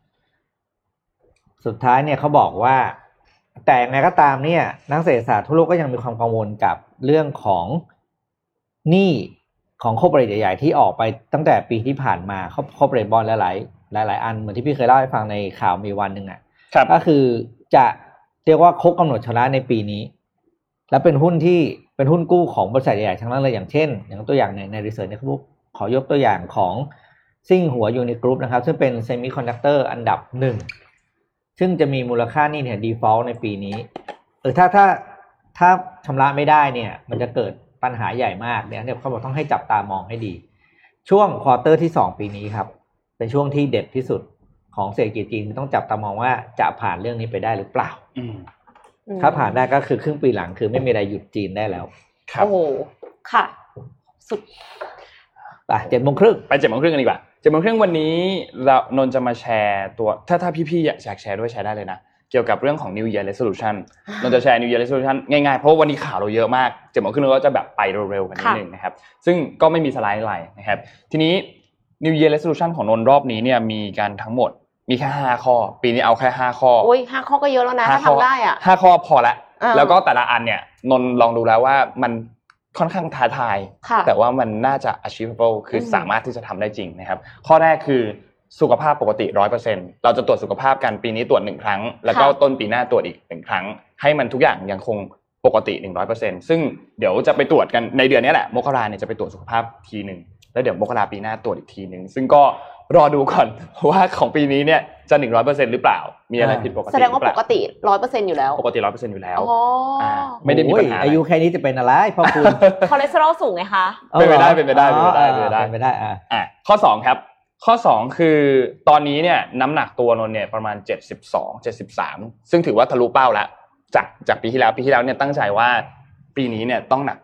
สุดท้ายเนี่ยเขาบอกว่าแต่ไงก็ตามเนี่ยนักเศรษฐศาสตร์ทั่วโลกก็ยังมีความกังวลกับเรื่องของหนี้ของคอร์ปอเรทใหญ่ๆที่ออกไปตั้งแต่ปีที่ผ่านมาคอร์ปอเรทบอนด์หลายอันเหมือนที่พี่เคยเล่าให้ฟังในข่าวมีวันนึงอ่ะก็คือจะเรียกว่าครบกำหนดชำระในปีนี้และเป็นหุ้นกู้ของบริษัทใหญ่ๆทั้งนั้นเลยอย่างเช่นอย่างตัวอย่างในรีเสิร์ชเนี่ยเขาขอยกตัวอย่างของซิ่งหัวยูนิกรุ๊ปนะครับซึ่งเป็นเซมิคอนดักเตอร์อันดับ1ซึ่งจะมีมูลค่าหนี้เนี่ย default ในปีนี้ถ้าชำระไม่ได้เนี่ยมันจะเกิดปัญหาใหญ่มากเนี่ยเขาบอกต้องให้จับตามองให้ดีช่วงควอเตอร์ที่2ปีนี้ครับเป็นช่วงที่เด็ดที่สุดของเศรษฐกิจจีนต้องจับตามองว่าจะผ่านเรื่องนี้ไปได้หรือเปล่าถ้าผ่านได้ก็คือครึ่งปีหลังคือไม่มีอะไรหยุดจีนได้แล้ว
โอ้โหค่ะสุด
ไป 7:30
ไป 7:30 กันดีกว่า 7:30 วันนี้นนท์จะมาแชร์ตัวถ้าพี่ๆอยากแชร์ด้วยแชร์ได้เลยนะเกี่ยวกับเรื่องของ New Year Resolution นนท์จะแชร์ New Year Resolution ง่ายๆเพราะวันนี้ข่าวเราเยอะมาก 7:30 เราก็จะแบบไปเร็วๆกันนิดนึงนะครับซึ่งก็ไม่มีสไลด์อะไรนะครับทีนี้ New Year Resolution ของนนท์รอบนี้เนี่ยมีกันทั้งหมดมีแค่5ข้อปีนี้เอาแค่5ข้อ
โอ้ย5ข้อก็เยอะแล้วนะถ้าทำได้อ่ะ
5ข้อพอละแล้วก็แต่ละอันเนี่ยนนท์ลองดูแล้วว่ามันค่อนข้างท้าทายแต่ว่ามันน่าจะ achievable คือสามารถที่จะทำได้จริงนะครับข้อแรกคือสุขภาพปกติ 100% เราจะตรวจสุขภาพกันปีนี้ตรวจ1ครั้งแล้วก็ต้นปีหน้าตรวจอีก1ครั้งให้มันทุกอย่างยังคงปกติ 100% ซึ่งเดี๋ยวจะไปตรวจกันในเดือนนี้แหละมกราเนี่ยจะไปตรวจสุขภาพทีนึงแล้วเดี๋ยวมกราปีหน้าตรวจอีกทีนึงซึ่งก็รอดูก่อนว่าของปีนี้เนี่ยจะ 100% หรือเปล่ามีอะไรผิดปกติ
แสดงว่าปกติ 100% อยู่แล้ว
ปกติ 100% อยู่แล้วไม่ได้มีปัญหา
อายุแค่นี้จะเป็นอะไรพ่อคุณ
คอเลสเตอรอลสูงไงคะ
เป็นไปได้ข้อ2ครับข้อ2คือตอนนี้เนี่ยน้ำหนักตัวนนท์เนี่ยประมาณ72-73ซึ่งถือว่าทะลุเป้าแล้วจากปีที่แล้วเนี่ยตั้งใจว่าปีนี้เนี่ยต้องหนัก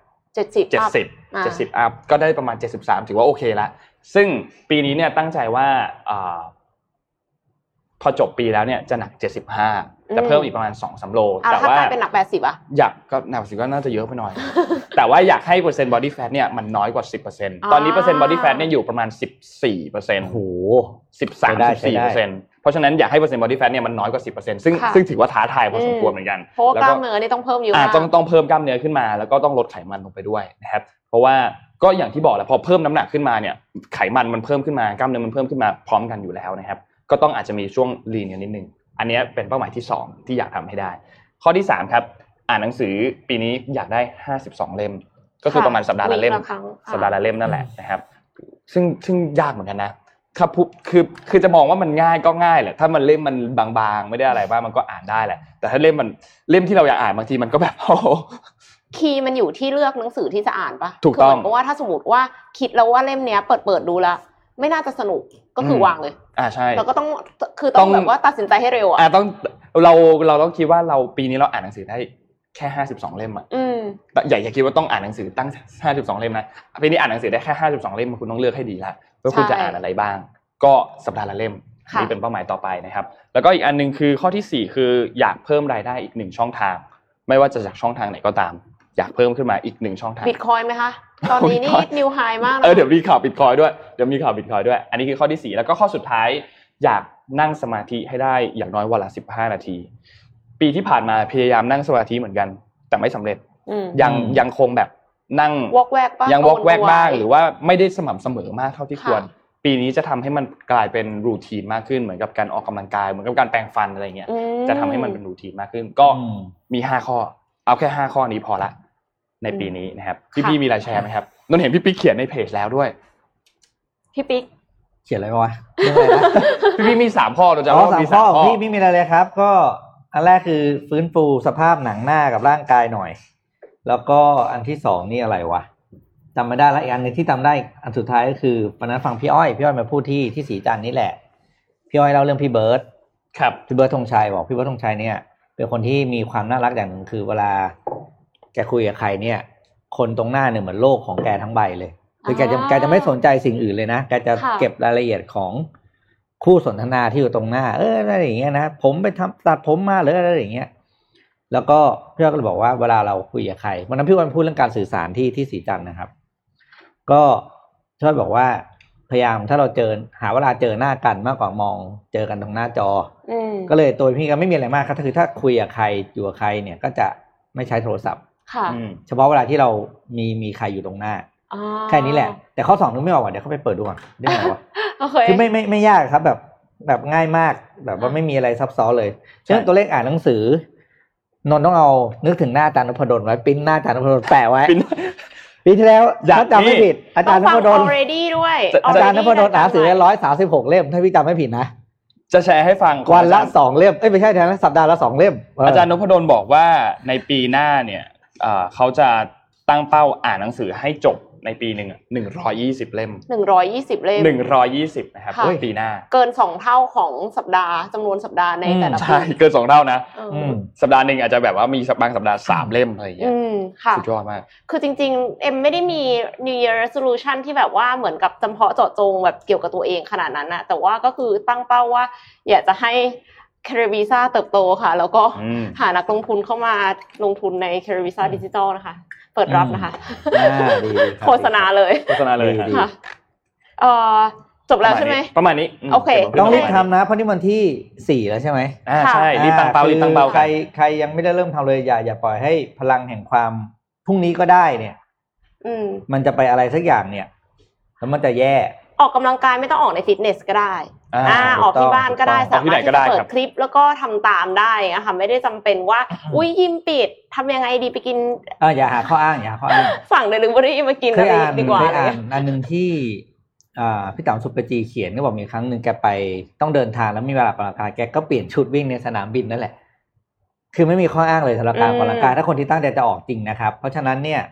70อัพก็ได้ประมาณ73ถือว่าโอเคละซึ่งปีนี้เนี่ยตั้งใจว่าพอจบปีแล้วเนี่ยจะหนัก75จะเพิ่มอีกประมาณ 2-3 โล
แต่ว่าถ้าเป็นหนัก80อ่ะ
อยากก็หนัก80ก็น่าจะเยอะไปหน่อยแต่ว่าอยากให้เปอร์เซ็นต์ body fat เนี่ยมันน้อยกว่า 10% ตอนนี้เปอร์เซ็นต์ body fat เนี่ยอยู่ประมาณ 14%
โอ้โห
13-14% เพราะฉะนั้นอยากให้เปอร์เซ็นต์ body fat เนี่ยมันน้อยกว่า 10% ซึ่งถือว่าท้าทายพอสมควรเหมือนกัน
เพราะว่ากล้ามเนื้อนี่ต้องเพิ่มอยู่
ต้องเพิ่มกล้ามเนื้อขึ้นมาแล้วก็ต้องลดไขมันลงไปด้วยนะครับเพราะว่าก็อย่างที่บอกแหละพอเพิ่มน้ำหนักขึ้นมาเนี่ยไขมันมันเพิ่มขึ้นมากล้ามเนื้อมันเพิ่มขึ้นมาพร้อมกันอยู่แล้วนะครับก็ต้องอาจจะมีช่วงลีนนิดนึงอันนี้เป็นเป้าหมายที่2ที่อยากทำให้ได้ข้อที่3ครับอ่านหนังสือปีนี้อยากได้52เล่มก็คือประมาณสัปดาห์ละเล่มนั่นแหละนะครับซึ่งยากเหมือนกันนะครับคือจะมองว่ามันง่ายก็ง่ายแหละถ้ามันเล่มมันบางๆไม่ได้อะไรบ้างมันก็อ่านได้แหละแต่ถ้าเล่มที่เราอยากอ่านบางทีมันก็แบบโอ้
คีย์มันอยู่ที่เลือกหนังสือที่จะอ่านปะ
ถูกต้อง
เพราะว่าถ้าสมมติว่าคิดแล้วว่าเล่มเนี้ยเปิดดูแล้วไม่น่าจะสนุกก็คือวางเลย
ใช่
เราก็ต้องแบบว่าตัดสินใจให้เร็ว
ต้องเราต้องคิดว่าเราปีนี้เราอ่านหนังสือได้แค่52เล่มอย่าคิดว่าต้องอ่านหนังสือตั้ง52เล่มนะปีนี้อ่านหนังสือได้แค่52เล่มคุณต้องเลือกให้ดีแล้วว่าคุณจะอ่านอะไรบ้างก็สัปดาห์ละเล่มนี่เป็นเป้าหมายต่อไปนะครับแล้วก็อีกอันนึงคือข้อที่4คืออยากเพิ่มรายได้อีก1ช่องทางไม่ว่าจะจากช่องทางไหนก็ตามอยากเพิ่มขึ้นมาอีก1ช่องทาง
Bitcoin มั้ยคะตอนนี้นี่นิวไฮมาก
เดี๋ยวมีข่าว Bitcoin ด้วยอันนี้คือข้อที่4แล้วก็ข้อสุดท้ายอยากนั่งสมาธิให้ได้อย่างน้อยวันละ15นาทีปีที่ผ่านมาพยายามนั่งสมาธิเหมือนกันแต่ไม่สำเร็จยังคงแบบนั่ง
วอกแวก
บ้างหรือว่าไม่ได้สม่ำเสมอมากเท่าที่ควรปีนี้จะทำให้มันกลายเป็นรูทีนมากขึ้นเหมือนกับการออกกำลังกายเหมือนกับการแปรงฟันอะไรเงี้ยจะทำให้มันเป็นรูทีนมากขึ้นก็มี5ข้อเอาแค่5ข้อนี้พอละในปีนี้นะครับพี่มีอะไรแชร์มั้ยครับนนเห็นพี่ปิ๊กเขียนในเพจแล้วด้วย
พี่ปิ๊ก
เขียนอะไรวะเรื่องอะไรนะ
พี่มี3ข้อเราจะว่ามี3ข้อ
พี่ไม่มีอะไรเลยครับก็อันแรกคือฟื้นฟูสภาพหนังหน้ากับร่างกายหน่อยแล้วก็อันที่2นี่อะไรวะจำไม่ได้แล้วอีกอันนึงที่จำได้อันสุดท้ายก็คือวันนั้นฟังพี่อ้อยมาพูดที่ศรีจันทร์นี่แหละพี่อ้อยเล่าเรื่องพี่เบิร์ด
ครับ
พี่เบิร์ดธงชัยบอกพี่เบิร์ดธงชัยเนี่ยเป็นคนที่มีความน่ารักอย่างนึงคือเวลาแกคุยกับใครเนี่ยคนตรงหน้าเนี่ยเหมือนโลกของแกทั้งใบเลยคือแกจะไม่สนใจสิ่งอื่นเลยนะแกจะเก็บรายละเอียดของคู่สนทนาที่อยู่ตรงหน้าอะไรอย่างเงี้ยนะผมไปตัดผมมาหรืออะไรอย่างเงี้ยแล้วก็พี่ก็เลยบอกว่าเวลาเราคุยกับใครวันนั้นพี่วันพูดเรื่องการสื่อสารที่ศรีจันทร์นะครับก็ช่วยบอกว่าพยายามถ้าเราหาเวลาเจอหน้ากันมากกว่ามองเจอกันตรงหน้าจอก็เลยตัวพี่ก็ไม่มีอะไรมากครับคือถ้าคุยกับใครอยู่กับใครเนี่ยก็จะไม่ใช้โทรศัพท์เฉพาะเวลาที่เรามีใครอยู่ตรงหน้าแค่นี้แหละแต่ข้อ2นึกไม่ออกเดี๋ยวเข้าไปเปิดดูก่อนได้ไหมวะคือไม่ยากครับแบบง่ายมากแบบว่าไม่มีอะไรซับซ้อนเลยเช่นตัวเลขอ่านหนังสือนนต้องเอานึกถึงหน้าอาจารย์นพดลไว้ปริ้นหน้าอาจารย์นพดลแปะไว้ปีที่แล้วถ้าจำไม่ผิดอาจารย์นพดล
already ด้วย
อาจารย์นพดลอ่านหนังสือ136เล่มถ้าพี่จำไม่ผิดนะ
จะแชร์ให้ฟัง
วันละ2เล่มไม่ใช่นะสัปดาห์ละ2เล่ม
อาจารย์นพดลบอกว่าในปีหน้าเนี่ยเขาจะตั้งเป้าอ่านหนังสือให้จบในปีนึง120เล่ม120นะครับปีหน้า
เกิน2เท่าของสัปดาห์จำนวนสัปดาห์ในแต่ละปี
ใช่เกิน2เท่านะสัปดาห์นึงอาจจะแบบว่ามีบางสัปดาห์3เล่มอะไรอย่างเงี้ยสุดยอดมาก
คือจริงๆเอ็มไม่ได้มี New Year Resolution ที่แบบว่าเหมือนกับจำเพาะเจาะจงแบบเกี่ยวกับตัวเองขนาดนั้นนะแต่ว่าก็คือตั้งเป้าว่าอยากจะให้Careviza เติบโตค่ะแล้วก็หานักลงทุนเข้ามาลงทุนใน Careviza Digital นะคะเปิดรับนะคะโฆษณาเลยค่ะจบแล้วใช่ไหม
ประมาณนี้
โอเค
ต้องรีบทำนะเพราะนี่วันที่4แล้วใช่ไหม
ใช่รีบตั้งเป้า
ใครยังไม่ได้เริ่มทำเลยอย่าปล่อยให้พลังแห่งความพรุ่งนี้ก็ได้เนี่ยมันจะไปอะไรสักอย่างเนี่ยแล้วมันจะแย่
ออกกำลังกายไม่ต้องออกในฟิตเนสก็ได้ออกที่บ้านก็ได้สามารถที่จะเปิดคลิปแล้วก็ทำตามได้นะคะไม่ได้จำเป็นว่าอุ้ยยิมปิดทำยังไงดีไปกิน
อย่าหาข้ออ้าง
สั่งDeliveryมากินอะไรดีกว่า
อันนึงที่พี่เต๋าสุปจีเขียนก็บอกมีครั้งนึงแกไปต้องเดินทางแล้วมีเวลาออกกำลังกายแกก็เปลี่ยนชุดวิ่งในสนามบินนั่นแหละคือไม่มีข้ออ้างเลยสำหรับการออกกำลังกายถ้าคนที่ตั้งใจจะออกจริงนะครับเพราะฉะนั้นเนี่ย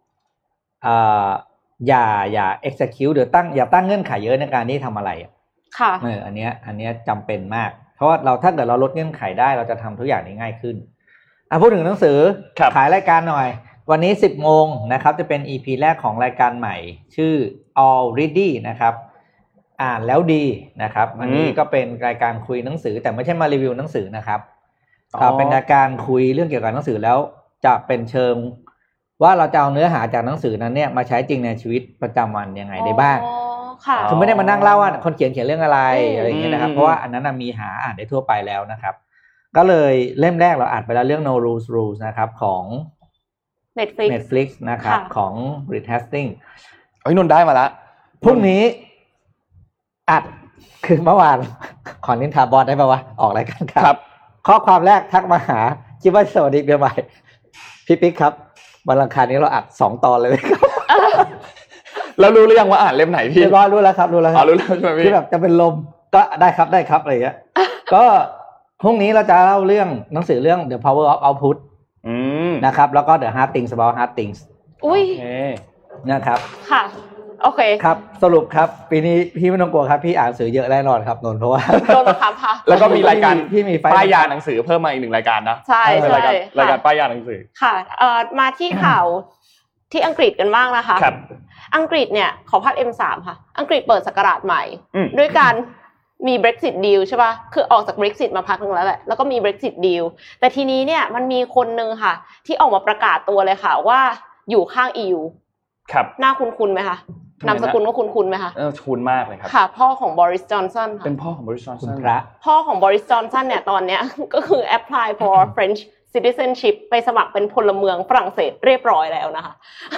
อย่า execute เดี๋ยวอย่าตั้งเงื่อนไขเยอะในการที่ทำอะไร
ค่ะ
อันเนี้ยจำเป็นมากเพราะว่าถ้าเกิดเราลดเงื่อนไขได้เราจะทำทุกอย่างได้ง่ายขึ้นพูดถึงหนังสือขายรายการหน่อยวันนี้ 10 โมงนะครับจะเป็น EP แรกของรายการใหม่ชื่อ Already นะครับอ่านแล้วดีนะครับอันนี้ก็เป็นรายการคุยหนังสือแต่ไม่ใช่มารีวิวหนังสือนะครับเป็นรายการคุยเรื่องเกี่ยวกับหนังสือแล้วจะเป็นเชิงว่าเราจะเอาเนื้อหาจากหนังสือนั้นเนี่ยมาใช้จริงในชีวิตประจำวันยังไงได้บ้างคือไม่ได้มานั่งเล่าว่าคนเขียนเรื่องอะไรอะไรอย่างเงี้ยนะครับเพราะว่าอันนั้นมีหาอ่านได้ทั่วไปแล้วนะครับก็เลยเล่มแรกเราอ่านไปแล้วเรื่อง No Rules นะครับของ Netflix นะครับของ Reed Hastings
นนท์ได้มาละ
พรุ่งนี้อัดคือเมื่อวานขอนินทาบอสได้ป่าวะออกรายการครับข้อความแรกทักมาหาคิดว่าสวัสดีปีใหม่พี่ปิ๊กครับวันอังคารนี้เราอัด2ตอนเลยครับ
แล้วรู้หรือยังว่าอ่านเล่มไหนพี่
รู้แล้วครับรู้แล้ว
ใช่ไหมพี่
ที่แบบจะเป็นลมก็ได้ครับอะไรอย่างเงี้ยก็พรุ่งนี้เราจะเล่าเรื่องหนังสือเรื่อง The Power of Output นะครับแล้วก็ The Hard Things About Hard Things
อุ้ย
นะครับ
ค่ะโอเค
ครับสรุปครับปีนี้พี่ไม่ต้องกลัวครับพี่อ่านหนังสือเยอะแน่นอนครับนนท์เพราะว่า
โดนครับค่ะ
แล้วก็มีรายการพี่มีป้ายยาหนังสือเพิ่มมาอีก1รายการนะ
ใช่
รายการป้ายยาหนังสือ
ค่ะมาที่ข่าวที่อังกฤษกันบ้างนะคะ
ครับ
อังกฤษเนี่ยขอภาพ M3 ค่ะอังกฤษเปิดศักราชใหม่ด้วยการมี Brexit deal ใช่ป่ะคือออกจาก Brexit มาพักนึงแล้วแหละแล้วก็มี Brexit deal แต่ทีนี้เนี่ยมันมีคนนึงค่ะที่ออกมาประกาศตัวเลยค่ะว่าอยู่ข้าง EU
ครับ
น่าคุ้นๆมั้ยคะนามสกุลว่าคุ้นๆมั้ยคะ
คุ้นมากเลยครับ
ค่ะพ่อของ Boris Johnson ค่ะ
เป็นพ่อของ Boris Johnson
พ่อของ Boris Johnson เนี่ยตอนเนี้ยก็คือ apply for French citizenship ไปสมัครเป็นพลเมืองฝรั่งเศสเรียบร้อยแล้วนะคะ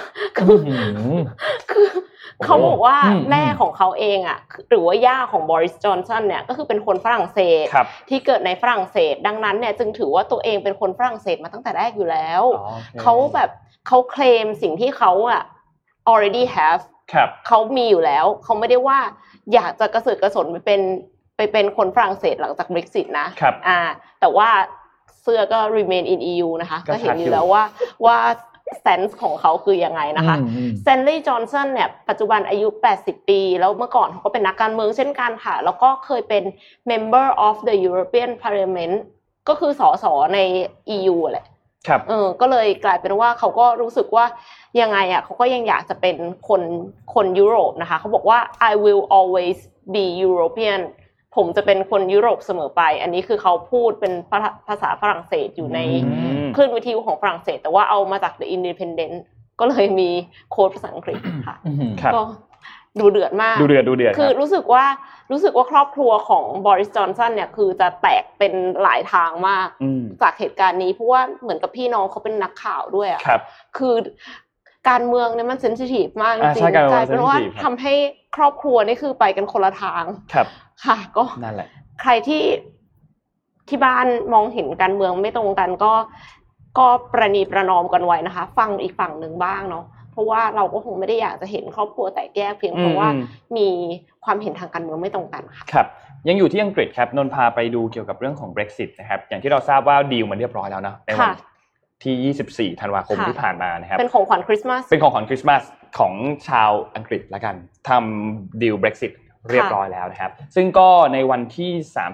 คือเขาบอกว่าแม่ของเขาเองอ่ะหรือว่าย่าของ Boris Johnson เนี่ยก็คือเป็นคนฝรั่งเศสที่เกิดในฝรั่งเศสดังนั้นเนี่ยจึงถือว่าตัวเองเป็นคนฝรั่งเศสมาตั้งแต่แรกอยู่แล้วเขาแบบเขาเคลมสิ่งที่เขาอ่ะ already have เขามีอยู่แล้วเขาไม่ได้ว่าอยากจะกระเสือกกระสนไปเป็นคนฝรั่งเศสหลังจาก Brexit นะแต่ว่าเสื้อก็ remain in EU นะคะก็เห็นอยู่แล้วว่า stance ของเขาคือยังไงนะคะสแตนลีย์จอห์นสันเนี่ยปัจจุบันอายุ80ปีแล้วเมื่อก่อนเขาก็เป็นนักการเมืองเช่นกันค่ะแล้วก็เคยเป็น member of the European Parliament ก็คือสสใน EU แหละ
ครับ
ก็เลยกลายเป็นว่าเขาก็รู้สึกว่ายังไงอ่ะเขาก็ยังอยากจะเป็นคนยุโรปนะคะเขาบอกว่า I will always be European ผมจะเป็นคนยุโรปเสมอไปอันนี้คือเขาพูดเป็นภาษาฝรั่งเศสอยู่ในคลื่นวิทยุของฝรั่งเศสแต่ว่าเอามาจาก The Independent ก็เลยมีโค้ดภาษาอังกฤษค่ะก็ดูเดือดมาก
ดูเดือด
คือรู้สึกว่าครอบครัวของบริส จอนสันเนี่ยคือจะแตกเป็นหลายทางมากจากเหตุการณ์นี้เพราะว่าเหมือนกับพี่น้องเขาเป็นนักข่าวด้วยอ่ะคือการเมืองเนี่ยมันเซนซิทีฟมากจริงๆกลายเป็นว่าทำให้ครอบครัวนี่คือไปกันคนละทางค่ะก็
นั่นแหละ
ใครที่บ้านมองเห็นการเมืองไม่ตรงกันก็ประนีประนอมกันไว้นะคะฟังอีกฝั่งนึงบ้างเนาะเพราะว่าเราก็คงไม่ได้อยากจะเห็นครอบครัวแตกแยกเพียงเพราะว่ามีความเห็นทางการเมืองไม่ตรงกันค่ะ
ครับยังอยู่ที่อังกฤษครับนนท์พาไปดูเกี่ยวกับเรื่องของ Brexit นะครับอย่างที่เราทราบว่าดีลมันเรียบร้อยแล้วนะในวันที่24ธันวาคมที่ผ่านมานะครับ
เป็นของขวัญคริสต์มาส
ของชาวอังกฤษละกันทำดีล Brexit เรียบร้อยแล้วนะครับซึ่งก็ในวันที่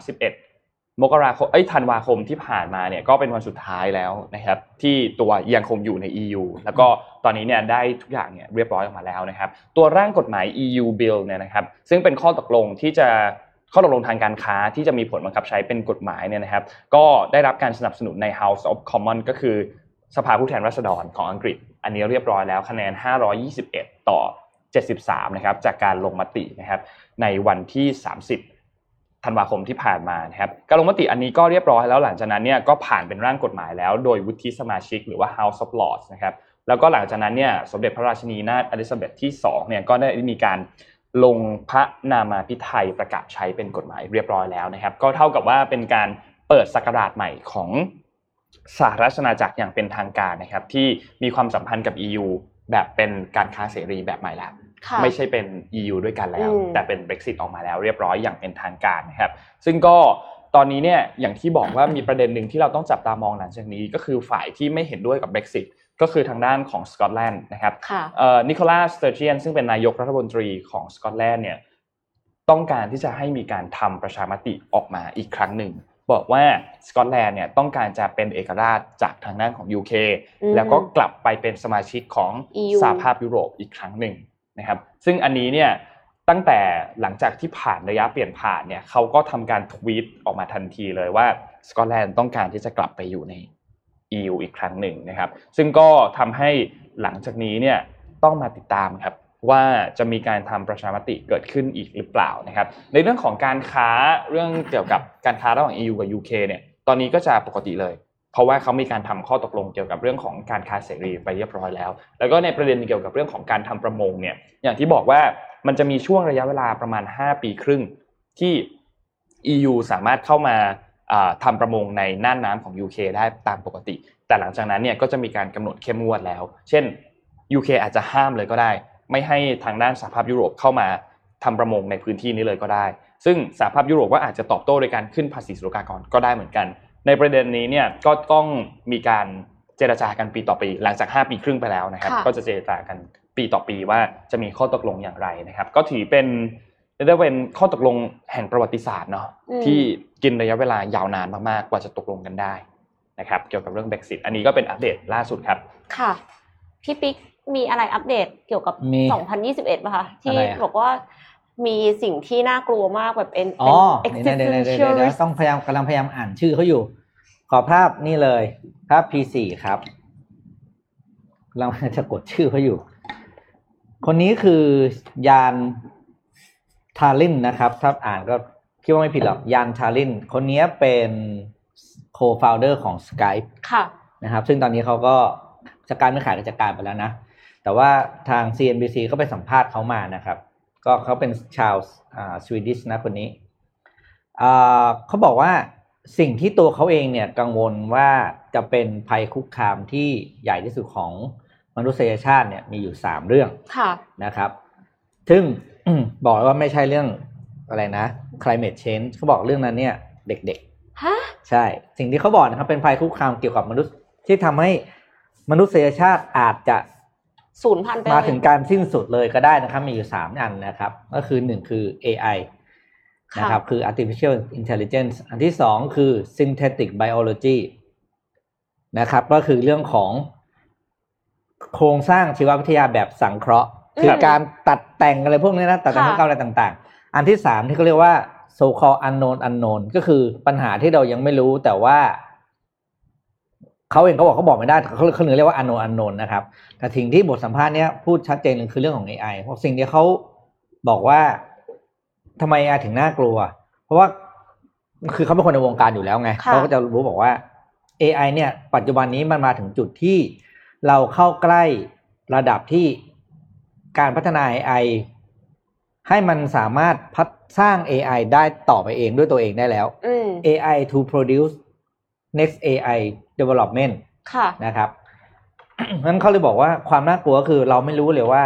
31ธันวาคมที่ผ่านมาเนี่ยก็เป็นวันสุดท้ายแล้วนะครับที่ตัวยังคงอยู่ใน EU แล้วก็ตอนนี้เนี่ยได้ทุกอย่างเนี่ยเรียบร้อยออกมาแล้วนะครับตัวร่างกฎหมาย EU Bill เนี่ยนะครับซึ่งเป็นข้อตกลงทางการค้าที่จะมีผลบังคับใช้เป็นกฎหมายเนี่ยนะครับก็ได้รับการสนับสนุนใน House of Commons ก็คือสภาผู้แทนราษฎรของอังกฤษอันนี้เรียบร้อยแล้วคะแนน521ต่อ73นะครับจากการลงมตินะครับในวันที่30ธันวาคมที่ผ่านมานะครับการลงมติอันนี้ก็เรียบร้อยแล้วหลังจากนั้นเนี่ยก็ผ่านเป็นร่างกฎหมายแล้วโดยวุฒิสมาชิกหรือว่า House of Lords นะครับแล้วก็หลังจากนั้นเนี่ยสมเด็จพระราชินีนาถอลิซาเบธที่2เนี่ยก็ได้มีการลงพระนามาภิไธยประกาศใช้เป็นกฎหมายเรียบร้อยแล้วนะครับก็เท่ากับว่าเป็นการเปิดศักราชใหม่ของสหราชอาณาจักรอย่างเป็นทางการนะครับที่มีความสัมพันธ์กับ EU แบบเป็นการค้าเสรีแบบใหม่แล้วไม่ใช่เป็น EU ด้วยกันแล้วแต่เป็น Brexit ออกมาแล้วเรียบร้อยอย่างเป็นทางการนะครับซึ่งก็ตอนนี้เนี่ยอย่างที่บอกว่ามีประเด็นนึงที่เราต้องจับตามองหลังจากนี้ก็คือฝ่ายที่ไม่เห็นด้วยกับ Brexit ก็คือทางด้านของสกอตแลนด์นะครับนิโคลัส สเตอร์เจียนซึ่งเป็นนายกรัฐมนตรีของสกอตแลนด์เนี่ยต้องการที่จะให้มีการทำประชามติออกมาอีกครั้งหนึ่งบอกว่าสกอตแลนด์เนี่ยต้องการจะเป็นเอกราชจากทางด้านของ UK แล้วก็กลับไปเป็นสมาชิกของสหภาพยุโรปอีกครั้งหนึ่งนะครับซึ่งอันนี้เนี่ยตั้งแต่หลังจากที่ผ่านระยะเปลี่ยนผ่านเนี่ยเขาก็ทำการทวีตออกมาทันทีเลยว่าสกอตแลนด์ต้องการที่จะกลับไปอยู่ใน EU อีกครั้งหนึ่งนะครับซึ่งก็ทำให้หลังจากนี้เนี่ยต้องมาติดตามครับว่าจะมีการทำประชามติเกิดขึ้นอีกหรือเปล่านะครับในเรื่องของการค้าเรื่องเกี่ยวกับการค้าระหว่าง EU กับ UK เนี่ยตอนนี้ก็จะปกติเลยเพราะว่าเขามีการทำข้อตกลงเกี่ยวกับเรื่องของการค้าเสรีไปเรียบร้อยแล้วแล้วก็ในประเด็นเกี่ยวกับเรื่องของการทำประมงเนี่ยอย่างที่บอกว่ามันจะมีช่วงระยะเวลาประมาณ5 ปีครึ่งที่ EU สามารถเข้ามาทำประมงในน่านน้ำของ UK ได้ตามปกติแต่หลังจากนั้นเนี่ยก็จะมีการกำหนดเข้มงวดแล้วเช่น UK อาจจะห้ามเลยก็ได้ไม่ให้ทางด้านสหภาพยุโรปเข้ามาทำประมงในพื้นที่นี้เลยก็ได้ซึ่งสหภาพยุโรปก็อาจจะตอบโต้โดยการขึ้นภาษีศุลกากรก็ได้เหมือนกันในประเด็นนี้เนี่ยก็ต้องมีการเจรจากันปีต่อปีหลังจาก5 ปีครึ่งไปแล้วนะครับก็จะเจรจากันปีต่อปีว่าจะมีข้อตกลงอย่างไรนะครับก็ถือเป็นข้อตกลงแห่งประวัติศาสตร์เนาะที่กินระยะเวลายาวนานมากๆกว่าจะตกลงกันได้นะครับเกี่ยวกับเรื่อง Brexit อันนี้ก็เป็นอัปเดตล่าสุดครับ
ค่ะพี่ปิ๊กมีอะไรอัปเดตเกี่ยวกับ2021ป่ะคะที่บอกว่ามีสิ่งที่น่ากลัวมากแบบเป็น
existential risk ต้องกำลังพยายามอ่านชื่อเขาอยู่ขอภาพนี่เลยภาพ P4 ครับเราจะกดชื่อเขาอยู่คนนี้คือยานทารินนะครับถ้าอ่านก็คิดว่าไม่ผิดหรอกยานทารินคนนี้เป็นโคฟาวเดอร์ของ Skype
ค่ะ
นะครับซึ่งตอนนี้เขาก็Skypeไม่ขายกิจการไปแล้วนะแต่ว่าทาง CNBC ก็ไปสัมภาษณ์เขามานะครับก็เขาเป็นชาวสวีดิชนะคนนี้เขาบอกว่าสิ่งที่ตัวเขาเองเนี่ยกังวลว่าจะเป็นภัยคุกคามที่ใหญ่ที่สุดของมนุษยชาติเนี่ยมีอยู่3เรื่องนะครับซึ่งบอกว่าไม่ใช่เรื่องอะไรนะ climate change เขาบอกเรื่องนั้นเนี่ยเด็กๆใช่สิ่งที่เขาบอกนะครับเป็นภัยคุกคามเกี่ยวกับมนุษย์ที่ทำให้มนุษยชาติอาจจะ
สูญพันธุ์ไป
มาถึงการสิ้นสุดเลยก็ได้นะครับมีอยู่3อันนะครับก็คือ1คือ AI นะครับคือ artificial intelligence อันที่2คือ synthetic biology นะครับก็คือเรื่องของโครงสร้างชีววิทยาแบบสังเคราะห์คือการตัดแต่งอะไรพวกนี้นะตัดแต่งอะไรต่างๆอันที่3ที่เขาเรียกว่า so called unknown ก็คือปัญหาที่เรายังไม่รู้แต่ว่าเขาเองเขาบอกไม่ได้เขาเรียกว่า unknown นะครับแต่สิ่งที่บทสัมภาษณ์เนี้ยพูดชัดเจนเลยคือเรื่องของ AI เพราะสิ่งที่เขาบอกว่าทำไม AI ถึงน่ากลัวเพราะว่าคือเขาเป็นคนในวงการอยู่แล้วไงเขาก็จะรู้บอกว่า AI เนี่ยปัจจุบันนี้มันมาถึงจุดที่เราเข้าใกล้ระดับที่การพัฒนา AI ให้มันสามารถสร้าง AI ได้ต่อไปเองด้วยตัวเองได้แล้ว AI to produce next AI development นะครับ งั้นเขาเลยบอกว่าความน่ากลัวก็คือเราไม่รู้เลยว่า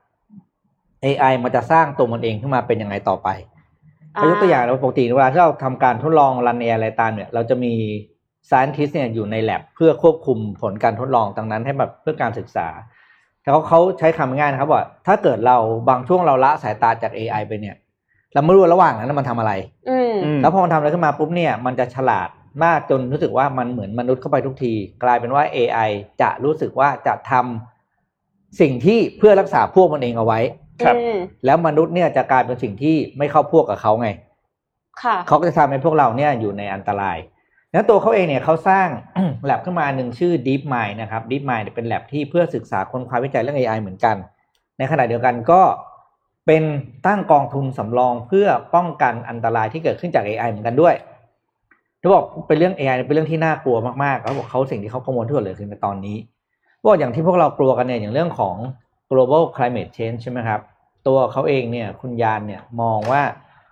AI มันจะสร้างตัวมันเองขึ้นมาเป็นยังไงต่อไปยกตัวอย่างเราปกติเวลาที่เราทำการทดลองรัน AI อะไรตามเนี่ยเราจะมี scientist เนี่ยอยู่ใน lab เพื่อควบคุมผลการทดลองตรงนั้นให้แบบเพื่อการศึกษาแต่เขาใช้คำง่ายนะครับว่าถ้าเกิดเราบางช่วงเราละสายตาจาก AI ไปเนี่ยเราไม่รู้ระหว่างนั้นมันทำอะไรแล้วพอมันทำอะไรขึ้นมาปุ๊บเนี่ยมันจะฉลาดมากจนรู้สึกว่ามันเหมือนมนุษย์เข้าไปทุกทีกลายเป็นว่า AI จะรู้สึกว่าจะทำสิ่งที่เพื่อรักษาพวกมันเองเอาไว้แล้วมนุษย์เนี่ยจะกลายเป็นสิ่งที่ไม่เข้าพวกกับเขาไงเขาก็จะทำให้พวกเราเนี่ยอยู่ในอันตรายแล้วตัวเขาเองเนี่ยเขาสร้าง แลบขึ้นมาหนึ่งชื่อ DeepMind นะครับ DeepMind เป็นแลบที่เพื่อศึกษาค้นคว้าวิจัยเรื่อง AI เหมือนกันในขณะเดียวกันก็เป็นตั้งกองทุนสำรองเพื่อป้องกันอันตรายที่เกิดขึ้นจาก AI เหมือนกันด้วยเขาบอกเป็นเรื่อง AI เป็นเรื่องที่น่ากลัวมากๆเขาบอกเขาสิ่งที่เขากังวลที่สุดเลยคือในตอนนี้ว่าอย่างที่พวกเรากลัวกันเนี่ยอย่างเรื่องของ global climate change ใช่ไหมครับตัวเขาเองเนี่ยคุณยานเนี่ยมองว่า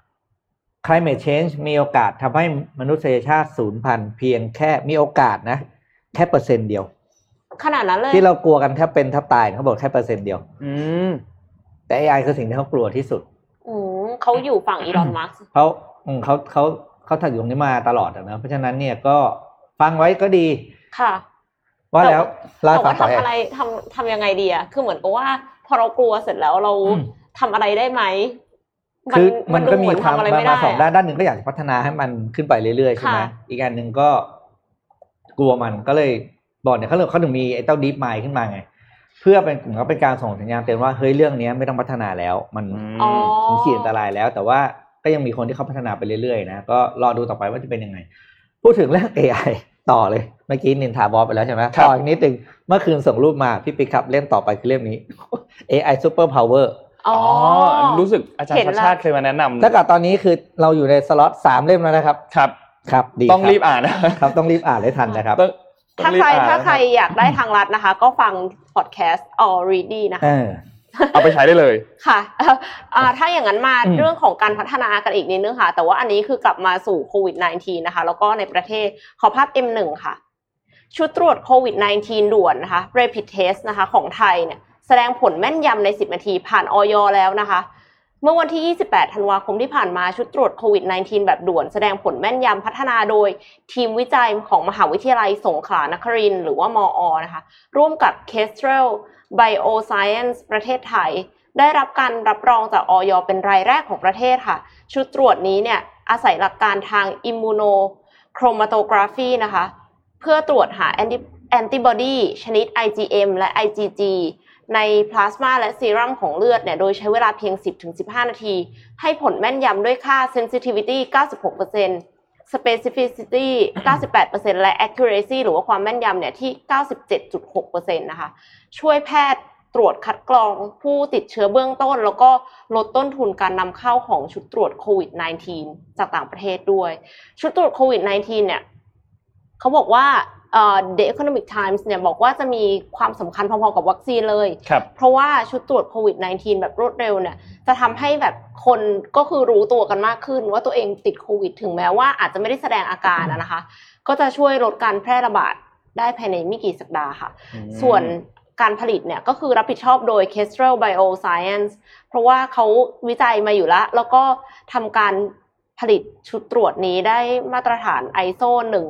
climate change มีโอกาสทำให้มนุษยชาติสูญพันธุ์เพียงแค่มีโอกาสนะแค่%เดียว
ขนาดนั้นเลย
ที่เรากลัวกันแทบเป็นแทบตายเขาบอกแค่%เดียวแต่ AI คือสิ่งที่เขากลัวที่สุด
เขาอยู่ฝั่งอีลอนมัสก์
เขาถักอยู่ตรงนี้มาตลอดนะเพราะฉะนั้นเนี่ยก็ฟังไว้ก็ดี
ค่ะ
ว่าแล้ว
เราทำอะไรทำยังไงดีอะคือเหมือนกับว่าพอเรากลัวเสร็จแล้วเราทำอะไรได้ไหม
คือมันก็มีความมาสองด้านหนึ่งก็อยากจะพัฒนาให้มันขึ้นไปเรื่อยๆใช่ไหมอีกอันหนึ่งก็กลัวมันก็เลยบอกเนี่ยเขาถึงมีไอ้เจ้า DeepMind ขึ้นมาไงเพื่อเป็นการส่งสัญญาณเตือนว่าเฮ้ยเรื่องนี้ไม่ต้องพัฒนาแล้วมันขีดอันตรายแล้วแต่ว่าก็ยังมีคนที่เขาพัฒนาไปเรื่อยๆนะก็รอดูต่อไปว่าจะเป็นยังไงพูดถึงเรื่อง AI ต่อเลยเมื่อกี้นินทาบอสไปแล้วใช่ไหมต่ออีกนิดนึงเมื่อคืนส่งรูปมาพี่ปิ๊กครับเล่มต่อไปคือเล่มนี้ AI Super Power
รู้สึกอาจารย์ประชาติเคยมาแนะนำ
ถ้าเกิดตอนนี้คือเราอยู่ในสล็อต3เล่มแล้วนะครับ
ครับ
ดี
ต้องรีบอ่านนะครับ
ต้องรีบอ่านให้ทันนะครับ
ถ้าใครอยากได้ทางลัดนะคะก็ฟังพอดแคสต์ already นะคะ
เอาไปใช้ได้เลย
ค่ะถ้าอย่างนั้นมาเรื่องของการพัฒนากันอีกนิดนึงค่ะแต่ว่าอันนี้คือกลับมาสู่โควิด -19 นะคะแล้วก็ในประเทศขอภาพ M1 ค่ะชุดตรวจโควิด -19 ด่วนนะคะ Rapid Test นะคะของไทยเนี่ยแสดงผลแม่นยำใน10นาทีผ่านอย.แล้วนะคะเมื่อวันที่28ธันวาคมที่ผ่านมาชุดตรวจโควิด -19 แบบด่วนแสดงผลแม่นยำพัฒนาโดยทีมวิจัยของมหาวิทยาลัยสงขลานครินทร์หรือว่ามอ.นะคะร่วมกับ Kestrel Bioscience ประเทศไทยได้รับการรับรองจากอย.เป็นรายแรกของประเทศค่ะชุดตรวจนี้เนี่ยอาศัยหลักการทาง Immunochromatography นะคะเพื่อตรวจหาแอนติบอดีชนิด IgM และ IgG ในพลาสมาและซีรัมของเลือดเนี่ยโดยใช้เวลาเพียง 10-15 นาทีให้ผลแม่นยำด้วยค่า sensitivity 96% specificity 98% และ accuracy หรือว่าความแม่นยำเนี่ยที่ 97.6% นะคะช่วยแพทย์ตรวจคัดกรองผู้ติดเชื้อเบื้องต้นแล้วก็ลดต้นทุนการนำเข้าของชุดตรวจโควิด -19 จากต่างประเทศด้วยชุดตรวจโควิด -19 เนี่ยเขาบอกว่าThe Economic Times เนี่ยบอกว่าจะมีความสำคัญพอๆกับวัคซีนเลยเพราะว่าชุดตรวจโควิด -19 แบบรวดเร็วเนี่ยจะทำให้แบบคนก็คือรู้ตัวกันมากขึ้นว่าตัวเองติดโควิดถึงแม้ว่าอาจจะไม่ได้แสดงอาการนะคะก็จะช่วยลดการแพร่ระบาดได้ภายในไม่กี่สัปดาห์ค่ะส่วนการผลิตเนี่ยก็คือรับผิดชอบโดย Kestrel Bioscience เพราะว่าเขาวิจัยมาอยู่แล้วก็ทำการผลิตชุดตรวจนี้ได้มาตรฐาน ISO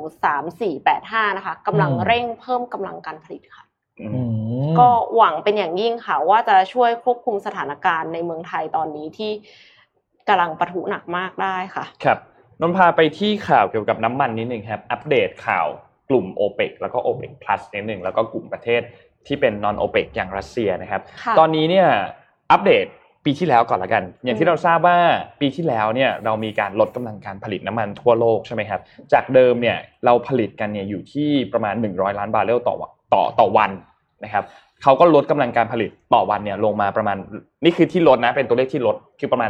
13485นะคะกำลังเร่งเพิ่มกำลังการผลิตค่ะก็หวังเป็นอย่างยิ่งค่ะว่าจะช่วยควบคุมสถานการณ์ในเมืองไทยตอนนี้ที่กำลังปะทุหนักมากได้ค่ะ
ครับนนพาไปที่ข่าวเกี่ยวกับน้ำมันนิดนึงครับอัปเดตข่าวกลุ่ม OPEC แล้วก็ OPEC Plus นิดนึงแล้วก็กลุ่มประเทศที่เป็น non OPEC อย่างรัสเซียนะครับตอนนี้เนี่ยอัปเดตปีที่แล้วก่อนละกันอย่างที่เราทราบว่าปีที่แล้วเนี่ยเรามีการลดกำลังการผลิตน้ำมันทั่วโลกใช่ไหมครับจากเดิมเนี่ยเราผลิตกันเนี่ยอยู่ที่ประมาณ100ล้านบาร์เรลต่อวันนะครับเขาก็ลดกำลังการผลิตต่อวันเนี่ยลงมาประมาณนี่คือที่ลดนะเป็นตัวเลขที่ลดคือประมาณ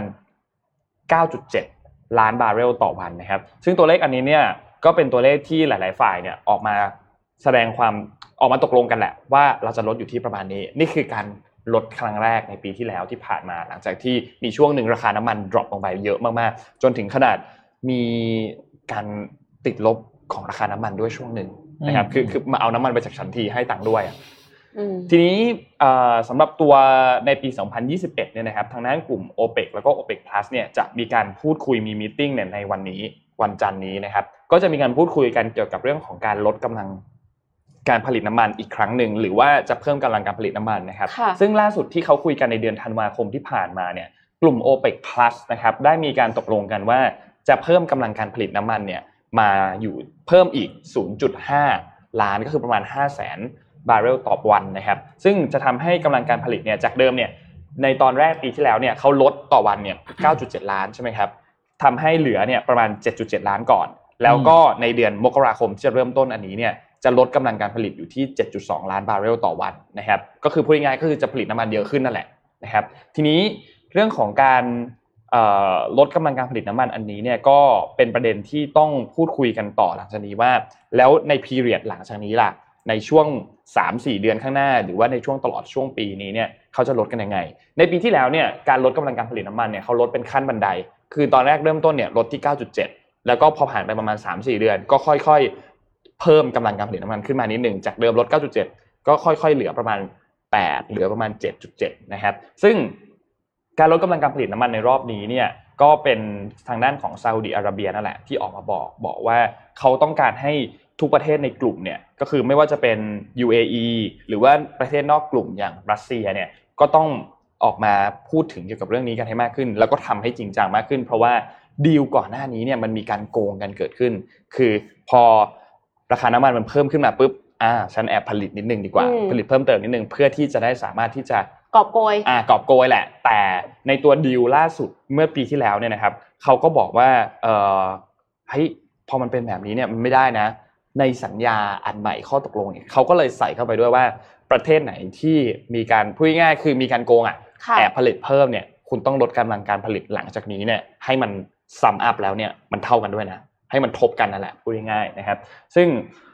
9.7 ล้านบาร์เรลต่อวันนะครับซึ่งตัวเลขอันนี้เนี่ยก็เป็นตัวเลขที่หลายๆฝ่ายเนี่ยออกมาแสดงความออกมาตกลงกันแหละว่าเราจะลดอยู่ที่ประมาณนี้นี่คือการลดครั้งแรกในปีที่แล้วที่ผ่านมาหลังจากที่มีช่วงหนึ่งราคาน้ำมันดรอปลงไปเยอะมากๆจนถึงขนาดมีการติดลบของราคาน้ำมันด้วยช่วงหนึ่งนะครับคือมาเอาน้ำมันไปจากฉันทีให้ตังค์ด้วยทีนี้สำหรับตัวในปี 2021 เนี่ยนะครับทางด้านกลุ่ม OPEC แล้วก็ OPEC Plus เนี่ยจะมีการพูดคุยมีมีตติ้งเนี่ยในวันนี้วันจันทร์นี้นะครับก็จะมีการพูดคุยกันเกี่ยวกับเรื่องของการลดกำลังการผลิตน้ำมันอีกครั้งหนึ่งหรือว่าจะเพิ่มกำลังการผลิตน้ำมันนะครับซึ่งล่าสุดที่เขาคุยกันในเดือนธันวาคมที่ผ่านมาเนี่ยกลุ่ม OPEC Plus นะครับได้มีการตกลงกันว่าจะเพิ่มกำลังการผลิตน้ำมันเนี่ยมาอยู่เพิ่มอีก 0.5 ล้านก็คือประมาณ 500,000 บาร์เรลต่อวันนะครับซึ่งจะทำให้กำลังการผลิตเนี่ยจากเดิมเนี่ยในตอนแรกปีที่แล้วเนี่ยเขาลดต่อวันเนี่ย 9.7 ล้านใช่ไหมครับทำให้เหลือเนี่ยประมาณ 7.7 ล้านก่อนแล้วก็ในเดือนมกราคมที่จะเริ่มต้นอันนี้เนี่ยจะลดกำลังการผลิตอยู่ที่ 7.2 ล้านบาร์เรลต่อวันนะครับก็คือพูดง่ายๆก็คือจะผลิตน้ำมันเยอะขึ้นนั่นแหละนะครับทีนี้เรื่องของการลดกำลังการผลิตน้ำมันอันนี้เนี่ยก็เป็นประเด็นที่ต้องพูดคุยกันต่อหลังจากนี้ว่าแล้วในพีเรียดหลังจากนี้ล่ะในช่วง 3-4 เดือนข้างหน้าหรือว่าในช่วงตลอดช่วงปีนี้เนี่ยเขาจะลดกันยังไงในปีที่แล้วเนี่ยการลดกำลังการผลิตน้ำมันเนี่ยเขาลดเป็นขั้นบันไดคือตอนแรกเริ่มต้นเนี่ยลดที่ 9.7 แล้วก็พอผ่านไปประมาณ 3-4 เดือนก็ค่อยๆเพิ่มกำลังการผลิตน้ำมันขึ้นมานิดนึงจากเดิมลด 9.7 ก็ค่อยๆเหลือประมาณ 8 เหลือประมาณ 7.7 นะครับซึ่งการลดกำลังการผลิตน้ำมันในรอบนี้เนี่ยก็เป็นทางด้านของซาอุดิอาระเบียนั่นแหละที่ออกมาบอกว่าเขาต้องการให้ทุกประเทศในกลุ่มเนี่ยก็คือไม่ว่าจะเป็น UAE หรือว่าประเทศนอกกลุ่มอย่างรัสเซียเนี่ยก็ต้องออกมาพูดถึงเกี่ยวกับเรื่องนี้กันให้มากขึ้นแล้วก็ทำให้จริงจังมากขึ้นเพราะว่าดีลก่อนหน้านี้เนี่ยมันมีการโกงกันเกิดขึ้นคือพอราคาน้ำมันมันเพิ่มขึ้นมาปุ๊บฉันแอบผลิตนิดนึงดีกว่าผลิตเพิ่มเติมนิดนึงเพื่อที่จะได้สามารถที่จะ
กอบโกย
แหละแต่ในตัวดีลล่าสุดเมื่อปีที่แล้วเนี่ยนะครับเขาก็บอกว่าเฮ้ยพอมันเป็นแบบนี้เนี่ยมันไม่ได้นะในสัญญาอันใหม่ข้อตกลงเนี่ยเขาก็เลยใส่เข้าไปด้วยว่าประเทศไหนที่มีการพูดง่ายๆคือมีการโกงแอบผลิตเพิ่มเนี่ยคุณต้องลดกำลังการผลิตหลังจากนี้เนี่ยให้มันซัมอัพแล้วเนี่ยมันเท่ากันด้วยนะให้มันทบกันนั่นแหละพูดง่ายๆนะครับซึ่ง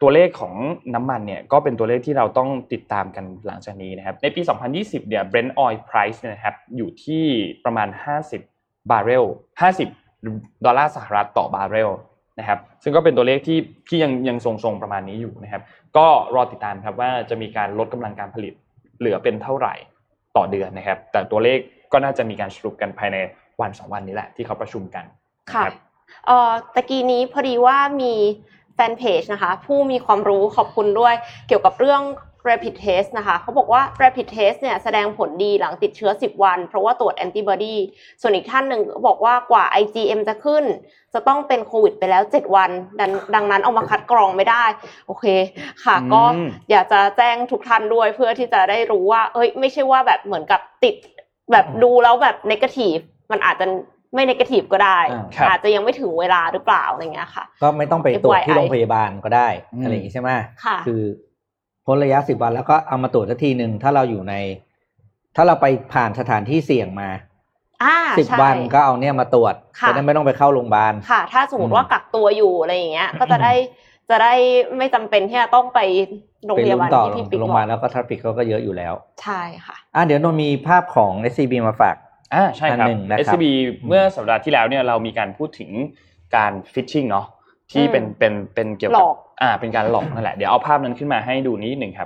ตัวเลขของน้ำมันเนี่ยก็เป็นตัวเลขที่เราต้องติดตามกันหลังจากนี้นะครับในปี2020เนี่ย Brent Oil Price เนี่ยนะครับอยู่ที่ประมาณ50บาร์เรล50ดอลลาร์สหรัฐต่อบาร์เรลนะครับซึ่งก็เป็นตัวเลขที่ยังทรงๆประมาณนี้อยู่นะครับก็รอติดตามครับว่าจะมีการลดกำลังการผลิตเหลือเป็นเท่าไหร่ต่อเดือนนะครับแต่ตัวเลขก็น่าจะมีการสรุปกันภายในวัน2วันนี้แหละที่เขาประชุมกัน
ค่ะตะกี้นี้พอดีว่ามีแฟนเพจนะคะผู้มีความรู้ขอบคุณด้วยเกี่ยวกับเรื่อง Rapid Test นะคะเขาบอกว่า Rapid Test เนี่ยแสดงผลดีหลังติดเชื้อ10วันเพราะว่าตรวจแอนติบอดีส่วนอีกท่านหนึ่งบอกว่ากว่า IgM จะขึ้นจะต้องเป็นโควิดไปแล้ว7วันดังนั้นเอามาคัดกรองไม่ได้โอเคค่ะก็อยากจะแจ้งทุกท่านด้วยเพื่อที่จะได้รู้ว่าไม่ใช่ว่าแบบเหมือนกับติดแบบดูแล้วแบบเนกาทีฟมันอาจจะไม่เนกาทีฟก็ได้อาจจะยังไม่ถึงเวลาหรือเปล่าอะไรเงี้ยค่ะ
ก็ไม่ต้องไปตรวจที่โรงพยาบาลก็ได้อะไรอย่างงี้ใช่ไหมคือพ้นระยะ10วันแล้วก็เอามาตรวจสักทีนึงถ้าเราไปผ่านสถานที่เสี่ยงมา10วันก็เอาเนี่ยมาตรวจจะได้ไม่ต้องไปเข้าโรงพยาบาล
ค่ะถ้าสมมติว่ากักตัวอยู่อะไรอย่างเงี้ยก็จะได้ไม่จำเป็นที่จะต้องไปโรงพยาบาลที่ปิด
โรงพยาบาลแล้วก็ทราฟฟิกก็เยอะอยู่แล้ว
ใช่ค่ะ
เดี๋ยวนนมีภาพของ SCB มาฝาก
ใช่ครับ SCB เมื่อสัปดาห์ที่แล้วเนี่ยเรามีการพูดถึงการฟิชชิ่งเนาะที่เป็นเกี่ยวกับเป็นการหลอกนั่นแหละเดี๋ยวเอาภาพนั้นขึ้นมาให้ดูนิดนึงครับ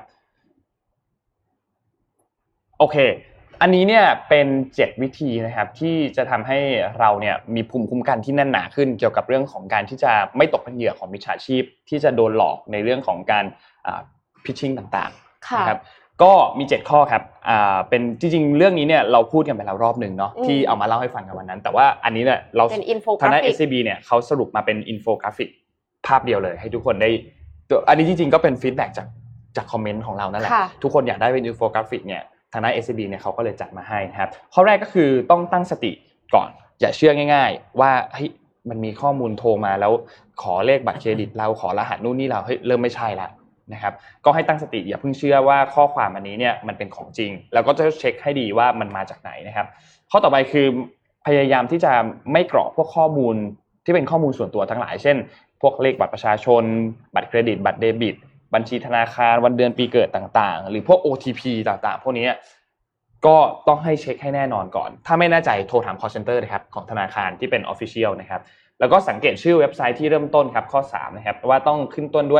โอเคอันนี้เนี่ยเป็น7วิธีนะครับที่จะทำให้เราเนี่ยมีภูมิคุ้มกันที่แน่นหนาขึ้นเกี่ยวกับเรื่องของการที่จะไม่ตกเป็นเหยื่อของมิจฉาชีพที่จะโดนหลอกในเรื่องของการฟิชชิ่งต่างๆนะครับก็มี7ข้อครับเป็นจริงๆเรื่องนี้เนี่ยเราพูดกันไปแล้วรอบนึงเนาะที่เอามาเล่าให้ฟังกันวันนั้นแต่ว่าอันนี้เนี่ยเราทางด้าน SCB เนี่ยเขาสรุปมาเป็นอินโฟกราฟิกภาพเดียวเลยให้ทุกคนได้อันนี้จริงๆก็เป็นฟีดแบ็กจากคอมเมนต์ของเรานั่นแหละทุกคนอยากได้เป็นอินโฟกราฟิกเนี่ยทางด้าน SCB เนี่ยเขาก็เลยจัดมาให้นะครับข้อแรกก็คือต้องตั้งสติก่อนอย่าเชื่อง่ายๆว่าเฮ้ยมันมีข้อมูลโทรมาแล้วขอเลขบัตรเครดิตเราขอรหัสนู่นนี่เราเฮ้ยเริ่มไม่ใช่ละนะครับก็ให้ตั้งสติอย่าเพิ่งเชื่อว่าข้อความอันนี้เนี่ยมันเป็นของจริงแล้วก็จะเช็คให้ดีว่ามันมาจากไหนนะครับข้อต่อไปคือพยายามที่จะไม่กรอกพวกข้อมูลที่เป็นข้อมูลส่วนตัวทั้งหลายเช่นพวกเลขบัตรประชาชนบัตรเครดิตบัตรเดบิตบัญชีธนาคารวันเดือนปีเกิดต่างๆหรือพวก OTP ต่างๆพวกนี้ก็ต้องให้เช็คให้แน่นอนก่อนถ้าไม่แน่ใจโทรถาม call center นะครับของธนาคารที่เป็น official นะครับแล้วก็สังเกตชื่อเว็บไซต์ที่เริ่มต้นครับข้อ3นะครับว่าต้องขึ้นต้นด้วย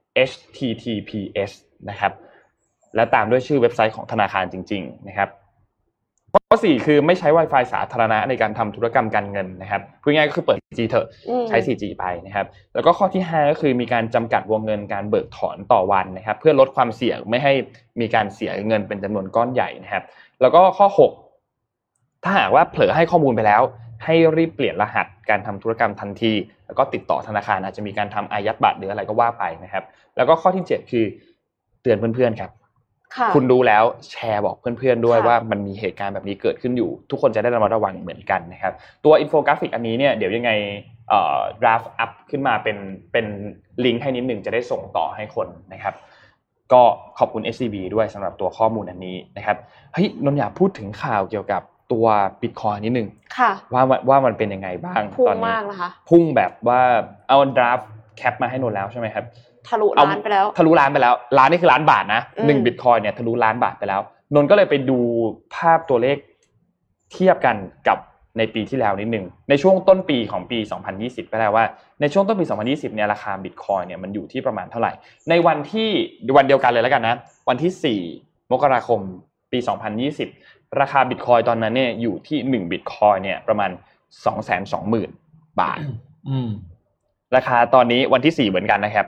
HTTPS นะครับและตามด้วยชื่อเว็บไซต์ของธนาคารจริงๆนะครับข้อ4คือไม่ใช้ Wi-Fi สาธารณะในการทำธุรกรรมการเงินนะครับพูดง่ายๆก็คือเปิด 4G เถอะใช้ 4G ไปนะครับแล้วก็ข้อที่5ก็คือมีการจำกัดวงเงินการเบิกถอนต่อวันนะครับเพื่อลดความเสี่ยงไม่ให้มีการเสียเงินเป็นจำนวนก้อนใหญ่นะครับแล้วก็ข้อ6ถ้าหากว่าเผลอให้ข้อมูลไปแล้วให้รีบเปลี่ยนรหัสการทำธุรกรรมทันทีแล้วก็ติดต่อธนาคารอาจจะมีการทำอายัดบัตรหรืออะไรก็ว่าไปนะครับแล้วก็ข้อที่7คือเตือนเพื่อนๆครับคุณรู้แล้วแชร์บอกเพื่อนๆด้วยว่ามันมีเหตุการณ์แบบนี้เกิดขึ้นอยู่ทุกคนจะได้ระมัดระวังเหมือนกันนะครับตัวอินโฟกราฟิกอันนี้เนี่ยเดี๋ยวยังไงdraft up ขึ้นมาเป็นลิงก์ให้นิดนึงจะได้ส่งต่อให้คนนะครับก็ขอบคุณ SCB ด้วยสำหรับตัวข้อมูลอันนี้นะครับเฮ้ยนนท์อยากพูดถึงข่าวเกี่ยวกับตัว Bitcoin นิดนึงว่ามันเป็นยังไงบ้าง
ตอนนี้
พุ่งแบบว่าเอา draft cap มาให้นนท์แล้วใช่ไหมครับ
ทะลุล้านไปแล้ว
ล้านนี่คือล้านบาทนะ1 Bitcoin เนี่ยทะลุล้านบาทไปแล้วนนท์ก็เลยไปดูภาพตัวเลขเทียบกันกับในปีที่แล้วนิดนึงในช่วงต้นปีของปี2020ก็แล้วว่าในช่วงต้นปี2020เนี่ยราคา Bitcoin เนี่ยมันอยู่ที่ประมาณเท่าไหร่ในวันเดียวกันเลยแล้วกันนะวันที่4มกราคมปี2020ราคา Bitcoin ตอนนั้นเนี่ยอยู่ที่1 Bitcoin เนี่ยประมาณ 220,000 บาทราคาตอนนี้วันที่4เหมือนกันนะครับ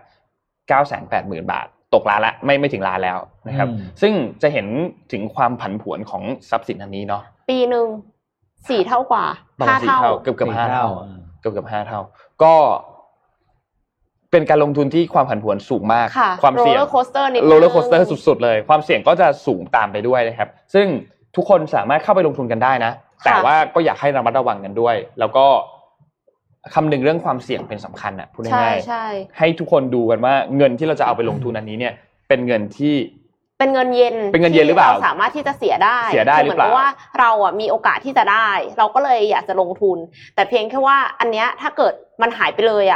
980,000 บาทตกล้านละไม่ถึงล้านแล้วนะครับซึ่งจะเห็นถึงความผันผวนของทรัพย์สินอันนี้เนาะ
ปีนึง4เท่ากว่า5เท่า
เกือบ5เท่าเกือบ5เท่าก็เป็นการลงทุนที่ความผันผวนสูงมากความเสี่ยงโรลเลอร์โคสเตอร์สุดๆเลยความเสี่ยงก็จะสูงตามไปด้วยนะครับซึ่งทุกคนสามารถเข้าไปลงทุนกันได้นะแต่ว่าก็อยากให้ระมัดระวังกันด้วยแล้วก็คำนึงเรื่องความเสี่ยงเป็นสำคัญอ่ะพูดง่ายๆให้ทุกคนดูกันว่าเงินที่เราจะเอาไปลงทุนอันนี้เนี่ยเป็นเงินที่
เป็นเงินเย็น
หรือเปล่า
เราสามารถที่จะเสียได้
หรือเปล่า
เหมือนว่าเราอ่ะมีโอกาสที่จะได้เราก็เลยอยากจะลงทุนแต่เพียงแค่ว่าอันเนี้ยถ้าเกิดมันหายไปเลยอ่ะ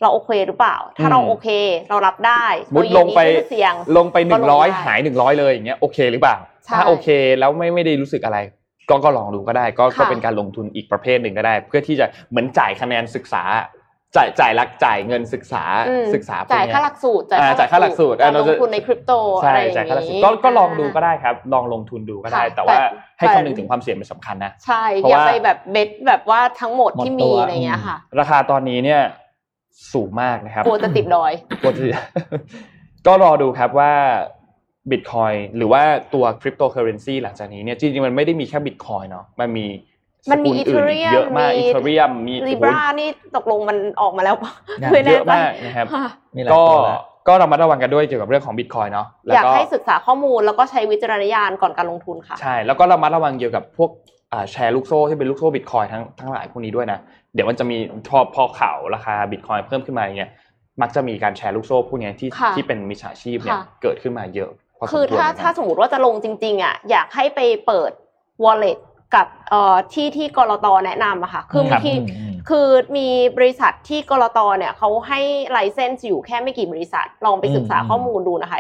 เราโอเคหรือเปล่าถ้าเราโอเคเรารับได้
มุดลงไป100หาย100เลยอย่างเงี้ยโอเคหรือเปล่าถ้าโอเคแล้วไม่ได้รู้สึกอะไรก็ลองดูก็ได้ก็เป็นการลงทุนอีกประเภทหนึ่งก็ได้เพื่อที่จะเหมือนจ่ายคะแนนศึกษาจ่ายเงินศึกษา
จ่ายค่าหลักสูตร
จ่ายค่าหลักสูตร
ลงทุนในคริปโตอะไรอย่างนี้
ก็ลองดูก็ได้ครับลองลงทุนดูก็ได้แต่ว่าให้คำนึงถึงความเสี่ยงเป็นสำคัญนะ
ใช่อย่าไปแบบเบ็ดแบบว่าทั้งหมดที่มีอะไรเงี้ยค่ะ
ราคาตอนนี้เนี่ยสูงมากนะครับ
กลัวจะติดดอย
ก็รอดูครับว่าBitcoin หรือว่าตัว Cryptocurrency หลังจากนี้เนี่ยจริงๆมันไม่ได้มีแค่ Bitcoin เนาะมันมี
Ethereum
เยอะมาก Ethereum มี
Libra นี่ตกลงมันออกมาแล้วป่ะ
เยอะมากนะครับก็ระมัดระวังกันด้วยเกี่ยวกับเรื่องของ Bitcoin เนาะ
อยากให้ศึกษาข้อมูลแล้วก็ใช้วิจารณญาณก่อนการลงทุนค่ะ
ใช่แล้วก็ระมัดระวังเกี่ยวกับพวกแชร์ลูกโซ่ที่เป็นลูกโซ่ Bitcoin ทั้งหลายพวกนี้ด้วยนะเดี๋ยวมันจะมีพอข่าวราคา Bitcoin เพิ่มขึ้นมาอย่างเงี้ยมักจะมีการแชร์ลูกโซ่พวกนี้ที่เป็นมิจฉาชีพเนี่ยเกิดขึ้นมาเยอะ
คือถ้าสมมติว่าจะลงจริงๆอ่ะอยากให้ไปเปิด wallet กับที่กลต.แนะนำอะค่ะคือมีบริษัทที่กลต.เนี่ยเขาให้ไลเซนส์อยู่แค่ไม่กี่บริษัทลองไปศึกษาข้อมูลดูนะคะ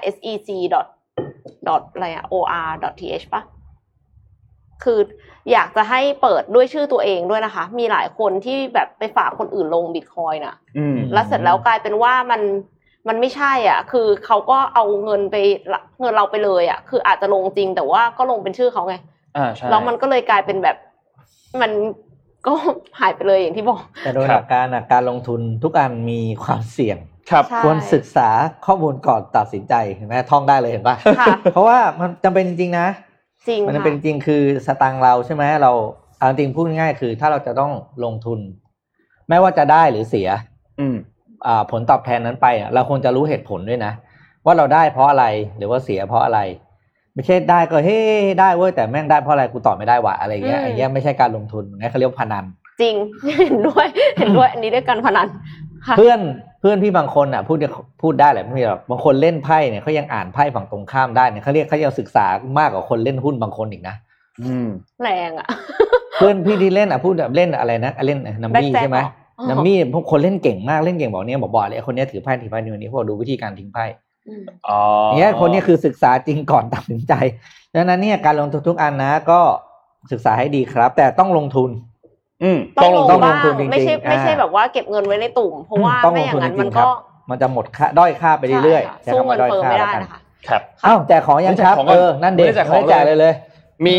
sec.or.th ป่ะคืออยากจะให้เปิดด้วยชื่อตัวเองด้วยนะคะมีหลายคนที่แบบไปฝากคนอื่นลง Bitcoin น่ะแล้วเสร็จแล้วกลายเป็นว่ามันไม่ใช่อ่ะคือเขาก็เอาเงินเราไปเลยอ่ะคืออาจจะลงจริงแต่ว่าก็ลงเป็นชื่อเขาไงแล้วมันก็เลยกลายเป็นแบบมันก็หายไปเลยอย่างที่บอก
แต่โดยหลักการการลงทุนทุกอันมีความเสี่ยงควรศึกษาข้อมูลก่อนตัดสินใจเห็นไหมท่องได้เลยเห็นป่ะเพราะว่ามันจำเป็นจริงๆนะ
จริง
มันเป็นจริงคือสตางค์เราใช่ไหมเราเอาจริงพูดง่ายๆคือถ้าเราจะต้องลงทุนไม่ว่าจะได้หรือเสียผลตอบแทนนั้นไปเราควรจะรู้เหตุผลด้วยนะว่าเราได้เพราะอะไรหรือว่าเสียเพราะอะไรไม่ใช่ได้ก็เฮ้ได้เว้ยแต่แม่งได้เพราะอะไรกูตอบไม่ได้ว่ะอะไรเงี้ยอย่างเงี้ยไม่ใช่การลงทุนงั้นเขาเรียกพนัน
จริงเห็นด้วยอันนี้ด้วยการพนัน
เพื่อนพี่บางคนพูดได้แหละไม่มีหรอกบางคนเล่นไพ่เนี่ยเขายังอ่านไพ่ฝั่งตรงข้ามได้เนี่ยเขายังศึกษามากกว่าคนเล่นหุ้นบางคนอีกนะ
แรงอ่ะ
เพื่อนพี่ที่เล่นพูดแบบเล่นอะไรนะเล่นนัมมี่ใช่ไหมนัมมี่พวกคนเล่นเก่งมากเล่นเก่งบอกเนี่ยบอกเลยคนนี้ถือไพ่นี้พวกดูวิธีการทิ้งไพ่เนี่ยคนนี้คือศึกษาจริงก่อนตัดสินใจดังนั้นเนี่ยการลงทุนทุกอันนะก็ศึกษาให้ดีครับแต่ต้องลงทุน
ต้องลงทุนจริงๆไม่ใช่แบบว่าเก็บเงินไว้ในตุ่มเพราะว่าไม่อย่างนั้น
มันจะหมดค่าด้อยค่าไปเรื่อย
ๆสู้เงินเฟ้อไม่ได้นะคะ
ครับ
แจกของยังครับนั่นเด็กไม่แจกเลย
มี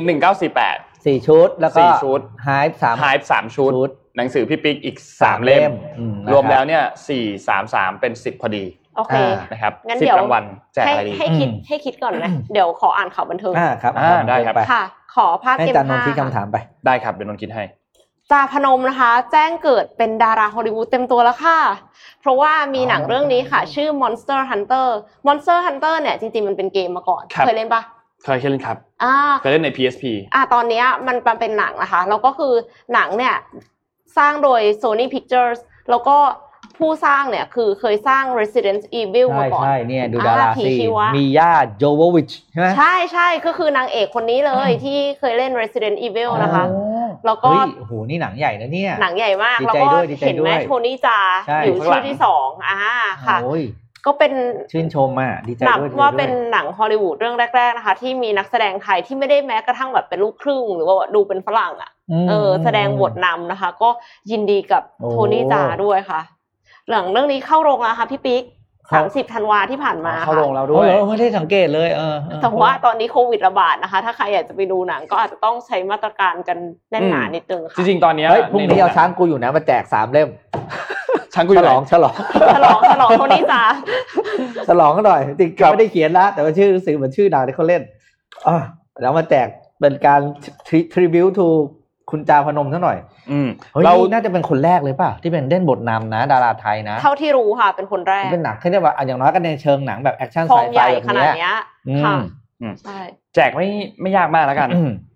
1948
4ชุดแล้วก็
4ชุด
ไฮป์
3ชุดหนังสือพี่ปิ๊กอีก3เล่มรวมแล้วเนี่ย433เป็น10พอดี
โอเค
นะครับ10รางวัลแจกอะไรดี
ให้คิดก่อนนะเดี๋ยวขออ่านข่าวบันเทิง
ครับ
ได้ครับ
ค่ะขอภาพ
M5 ให้อาจารย์นนท์คิดคำถามไป
ได้ครับเดี๋ยวนนท์คิดให้
จาพนมนะคะแจ้งเกิดเป็นดาราฮอลลีวูดเต็มตัวแล้วค่ะเพราะว่ามีหนังเรื่องนี้ค่ะชื่อ Monster Hunter เนี่ยจริงๆมันเป็นเกมมาก่อนเคยเล่นปะ
เคยเล่นครับเคยเล่นใน PSP
ตอนนี้มันเป็นหนังนะคะแล้วก็คือหนังเนี่ยสร้างโดย Sony Pictures แล้วก็ผู้สร้างเนี่ยคือเคยสร้าง Resident Evil มาก่อน
ใช่เนี่ยดูดาราสิมีย่าโจโววิชใช่ไหม
ใช่ก็คือนางเอกคนนี้เลยที่เคยเล่น Resident Evil นะคะแล้วก็
โอ้โหนี่หนังใหญ่นะเนี่ย
หนังใหญ่มากแล้วก็เห็นไหมโทนี่จาอยู่ชื่อที่2ค่ะก็เป็น
ชื่นชมดีใจด้วย
ว่าเป็นหนังฮอลลีวูดเรื่องแรกๆนะคะที่มีนักแสดงไทยที่ไม่ได้แม้กระทั่งแบบเป็นลูกครึ่งหรือว่าดูเป็นฝรั่งแสดงบทนำนะคะก็ยินดีกับโทนี่จาด้วยค่ะหลังเรื่องนี้เข้าโรงแล้วค่ะพี่ปิ๊ก30ธันวาที่ผ่านมา
เข้าโรงแล้วด้วย
ไม่ได้สังเกตเลย
แต่ว่าตอนนี้โควิดระบาดนะคะถ้าใครอยากจะไปดูหนังก็อาจจะต้องใช้มาตรการกันแน่นหนานิดนึงค่ะ
จริงๆตอนนี้
พรุ่งนี้เอาช้างกูอยู่นะมาแจก3เล่ม
ช้างกูฉลอง
โทนี่จา
ฉลองกันหน่อยจริงๆไม่ได้เขียนนะแต่ว่าชื่อหนังสือเหมือนชื่อหนังที่เขาเล่นแล้วมาแจกเป็นการ tribute to คุณจาพนมซะหน่อยเราน่าจะเป็นคนแรกเลยป่ะที่เป็นเล่นบทนำนะดาราไทยนะ
เท่าที่รู้ค่ะเป็นคนแรก
เป็นหนังที่เรียกว่าอย่างน้อยก็ในเชิงหนังแบบแอคชั่นไซไฟ
ขนาดนี้ค่ะ
ใช่แจกไม่ยากมากแล้วกัน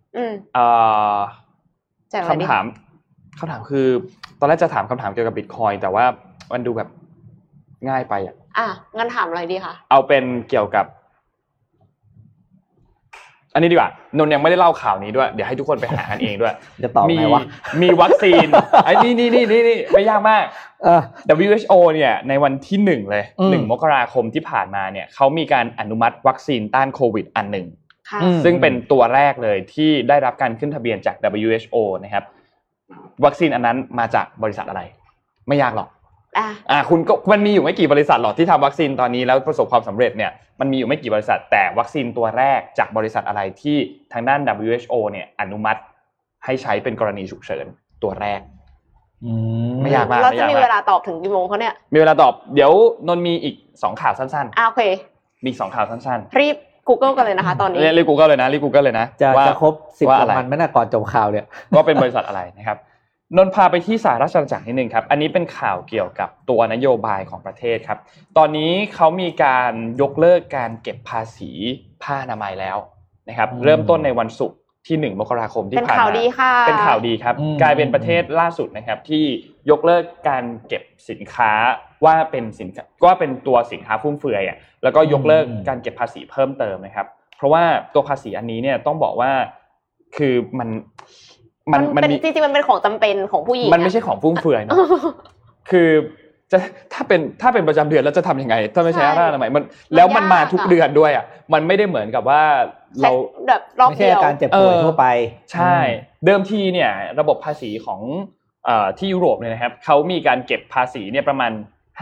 คำถามคือตอนแรกจะถามคำถามเกี่ยวกับ Bitcoin แต่ว่ามันดูแบบง่ายไป
งั้นถามอะไรดีคะ
เอาเป็นเกี่ยวกับอันนี้ดีกว่านนยังไม่ได้เล่าข่าวนี้ด้วยเดี๋ยวให้ทุกคนไปหากันเองด้วย
จะตอบไงวะ
มีวัคซีนไอ้นี่ไม่ยากมากWHO เนี่ยในวันที่1เลย1มกราคมที่ผ่านมาเนี่ยเขามีการอนุมัติวัคซีนต้านโควิดอันหนึ่งซึ่งเป็นตัวแรกเลยที่ได้รับการขึ้นทะเบียนจาก WHO นะครับวัคซีนอันนั้นมาจากบริษัทอะไรไม่ยากหรอกคุณก็มันมีอยู่ไม่กี่บริษัทหรอกที่ทำวัคซีนตอนนี้แล้วประสบความสำเร็จเนี่ยมันมีอยู่ไม่กี่บริษัทแต่วัคซีนตัวแรกจากบริษัทอะไรที่ทางด้าน WHO เนี่ยอนุมัติให้ใช้เป็นกรณีฉุกเฉินตัวแรกไม่ยากมาก
เราจะมีเวลาตอบถึงกี่โมงเขาเนี่ย
มีเวลาตอบเดี๋ยวนนมีอีก2ข่าวสั้น
ๆโอเค
มี2ข่าวสั้น
ๆรีบ Google กันเลยนะคะตอนนี้
รีบ Google เลยนะรีบ Google เลยนะ
จะครบ10วันไม่น่าก่อนจบข่าวเนี่ย
ว่าเป็นบริษัทอะไรนะครับนนพาไปที่สหราชอาณาจักรนิดนึงครับอันนี้เป็นข่าวเกี่ยวกับตัวนโยบายของประเทศครับตอนนี้เขามีการยกเลิกการเก็บภาษีผ้าอนามัยแล้วนะครับเริ่มต้นในวันศุกร์ที่1มกราคมที่ผ่านมาเป็นข่าวดี
ค่ะ
เป็นข่าวดีครับกลายเป็นประเทศล่าสุดนะครับที่ยกเลิกการเก็บสินค้าว่าเป็นตัวสินค้าฟุ่มเฟือยแล้วก็ยกเลิกการเก็บภาษีเพิ่มเติมนะครับเพราะว่าตัวภาษีอันนี้เนี่ยต้องบอกว่าคือมัน
เป็นจริงๆมันเป็นของจำเป็นของผู้หญิง
มันไม่ใช่ของฟุ่มเฟือยนะคือจะถ้าเป็นประจำเดือนแล้วจะทำยังไงถ้าไม่ใช่ผ้าอนามัยมันแล้วมันมาทุกเดือนด้วยมันไม่ได้เหมือนกับว่าเรา
แบบไม่
ใช่การเจ็บป่วยทั่วไป
ใช่เดิมทีเนี่ยระบบภาษีของที่ยุโรปเนี่ยนะครับเขามีการเก็บภาษีเนี่ยประมาณ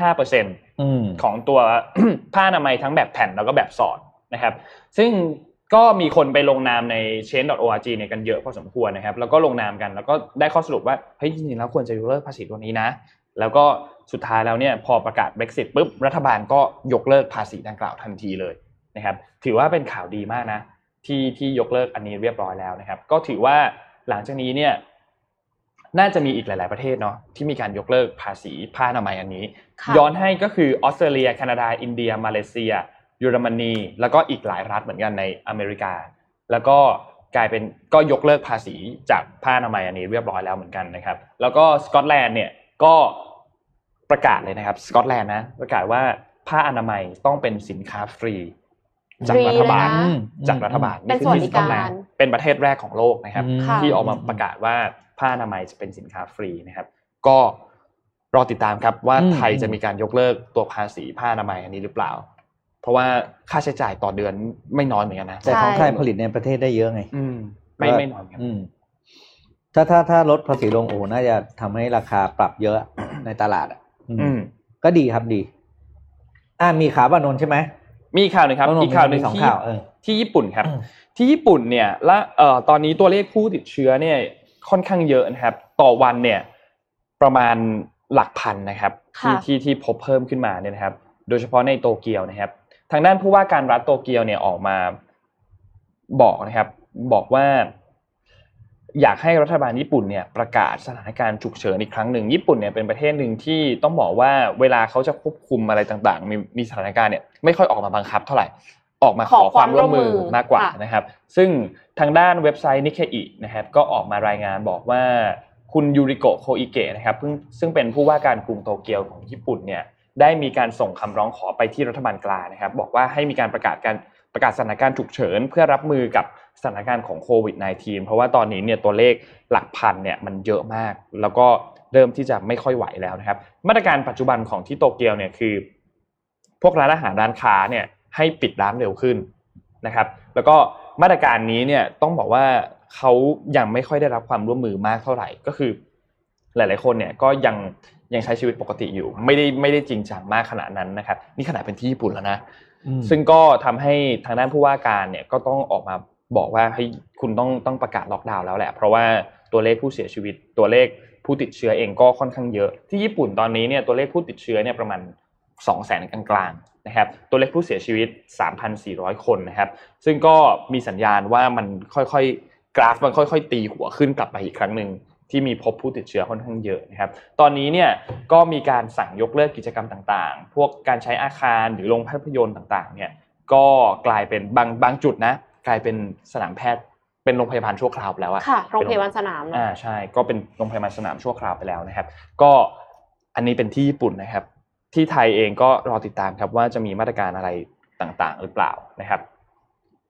5% ของตัวผ้าอนามัยทั้งแบบแผ่นแล้วก็แบบสอดนะครับซึ่งก็มีคนไปลงนามใน change.org เนี่ยกันเยอะพอสมควรนะครับแล้วก็ลงนามกันแล้วก็ได้ข้อสรุปว่าเฮ้ยจริงๆแล้วควรจะยกเลิกภาษีตัวนี้นะแล้วก็สุดท้ายแล้วเนี่ยพอประกาศ Brexit ปุ๊บรัฐบาลก็ยกเลิกภาษีดังกล่าวทันทีเลยนะครับถือว่าเป็นข่าวดีมากนะที่ยกเลิกอันนี้เรียบร้อยแล้วนะครับก็ถือว่าหลังจากนี้เนี่ยน่าจะมีอีกหลายๆประเทศเนาะที่มีการยกเลิกภาษีผ้าอนามัยอันนี้ย้อนให้ก็คือออสเตรเลียแคนาดาอินเดียมาเลเซียเยอรมนีแล้วก็อีกหลายรัฐเหมือนกันในอเมริกาแล้วก็กลายเป็นก็ยกเลิกภาษีจากผ้าอนามัยอันนี้เรียบร้อยแล้วเหมือนกันนะครับแล้วก็สกอตแลนด์เนี่ยก็ประกาศเลยนะครับสกอตแลนด์นะประกาศว่าผ้าอนามัยต้องเป็นสินค้าฟรีจากรัฐบาล
เป็นสวัสดิการ
เป็นประเทศแรกของโลกนะครับที่ออกมาประกาศว่าผ้าอนามัยจะเป็นสินค้าฟรีนะครับก็รอติดตามครับว่าไทยจะมีการยกเลิกตัวภาษีผ้าอนามัยอันนี้หรือเปล่าเพราะว่าค่าใช้จ่ายต่อเดือนไม่น้อยเหมือนกันนะ
แต่ของไทยผลิตในประเทศได้เยอะไง
ไม่น้อยครับ
ถ้าลดภาษีลงน่าจะทำให้ราคาปรับเยอะในตลาดก็ดีครับดีมีข่าวบ้านนนท์ใช่ไหม
มีข่าวนึงครับอีกข่าวนึงที่ญี่ปุ่นครับที่ญี่ปุ่นเนี่ยและตอนนี้ตัวเลขผู้ติดเชื้อเนี่ยค่อนข้างเยอะนะครับต่อวันเนี่ยประมาณหลักพันนะครับที่พบเพิ่มขึ้นมาเนี่ยนะครับโดยเฉพาะในโตเกียวนะครับทางด้านผู้ว่าการรัฐโตเกียวเนี่ยออกมาบอกนะครับบอกว่าอยากให้รัฐบาลญี่ปุ่นเนี่ยประกาศสถานการณ์ฉุกเฉินอีกครั้งหนึ่งญี่ปุ่นเนี่ยเป็นประเทศหนึ่งที่ต้องบอกว่าเวลาเขาจะควบคุมอะไรต่างๆมีสถานการณ์เนี่ยไม่ค่อยออกมาบังคับเท่าไหร่ออกมาขอความร่วมมือมากกว่านะครับซึ่งทางด้านเว็บไซต์นิเคอินะครับก็ออกมารายงานบอกว่าคุณยูริโกะโคอิเกะนะครับซึ่งเป็นผู้ว่าการกรุงโตเกียวของญี่ปุ่นเนี่ยได้มีการส่งคำร้องขอไปที่รัฐบาลกลางนะครับบอกว่าให้มีการประกาศสถานการณ์ฉุกเฉินเพื่อรับมือกับสถานการณ์ของโควิด -19 เพราะว่าตอนนี้เนี่ยตัวเลขหลักพันเนี่ยมันเยอะมากแล้วก็เริ่มที่จะไม่ค่อยไหวแล้วนะครับมาตรการปัจจุบันของที่โตเกียวเนี่ยคือพวกร้านอาหารร้านค้าเนี่ยให้ปิดร้านเร็วขึ้นนะครับแล้วก็มาตรการนี้เนี่ยต้องบอกว่าเขายังไม่ค่อยได้รับความร่วมมือมากเท่าไหร่ก็คือหลายๆคนเนี่ยก็ยังใช้ชีวิตปกติอยู่ไม่ได้จริงจังมากขนาดนั้นนะครับนี่ขนาดเป็นที่ญี่ปุ่นแล้วนะซึ่งก็ทำให้ทางด้านผู้ว่าการเนี่ยก็ต้องออกมาบอกว่าให้คุณต้องประกาศล็อกดาวน์แล้วแหละเพราะว่าตัวเลขผู้เสียชีวิตตัวเลขผู้ติดเชื้อเองก็ค่อนข้างเยอะที่ญี่ปุ่นตอนนี้เนี่ยตัวเลขผู้ติดเชื้อเนี่ยประมาณ 200,000 กลางๆนะครับตัวเลขผู้เสียชีวิต 3,400 คนนะครับซึ่งก็มีสัญญาณว่ามันค่อยๆกราฟมันค่อยๆตีหัวขึ้นกลับไปอีกครั้งนึงที่มีพบผู้ติดเชื้อค่อนข้างเยอะนะครับตอนนี้เนี่ยก็มีการสั่งยกเลิกกิจกรรมต่างๆพวกการใช้อาคารหรือโรงภาพยนตร์ต่างๆเนี่ยก็กลายเป็นบางจุดนะกลายเป็นสนามแพทย์เป็นโรงพยาบาลชั่วคราวไปแล้วอะ
ค่ะโรงพยาบาลสนาม
ใช่ก็เป็นโรงพยาบาลสนามชั่วคราวไปแล้วนะครับก็อันนี้เป็นที่ญี่ปุ่นนะครับที่ไทยเองก็รอติดตามครับว่าจะมีมาตรการอะไรต่างๆหรือเปล่านะครับ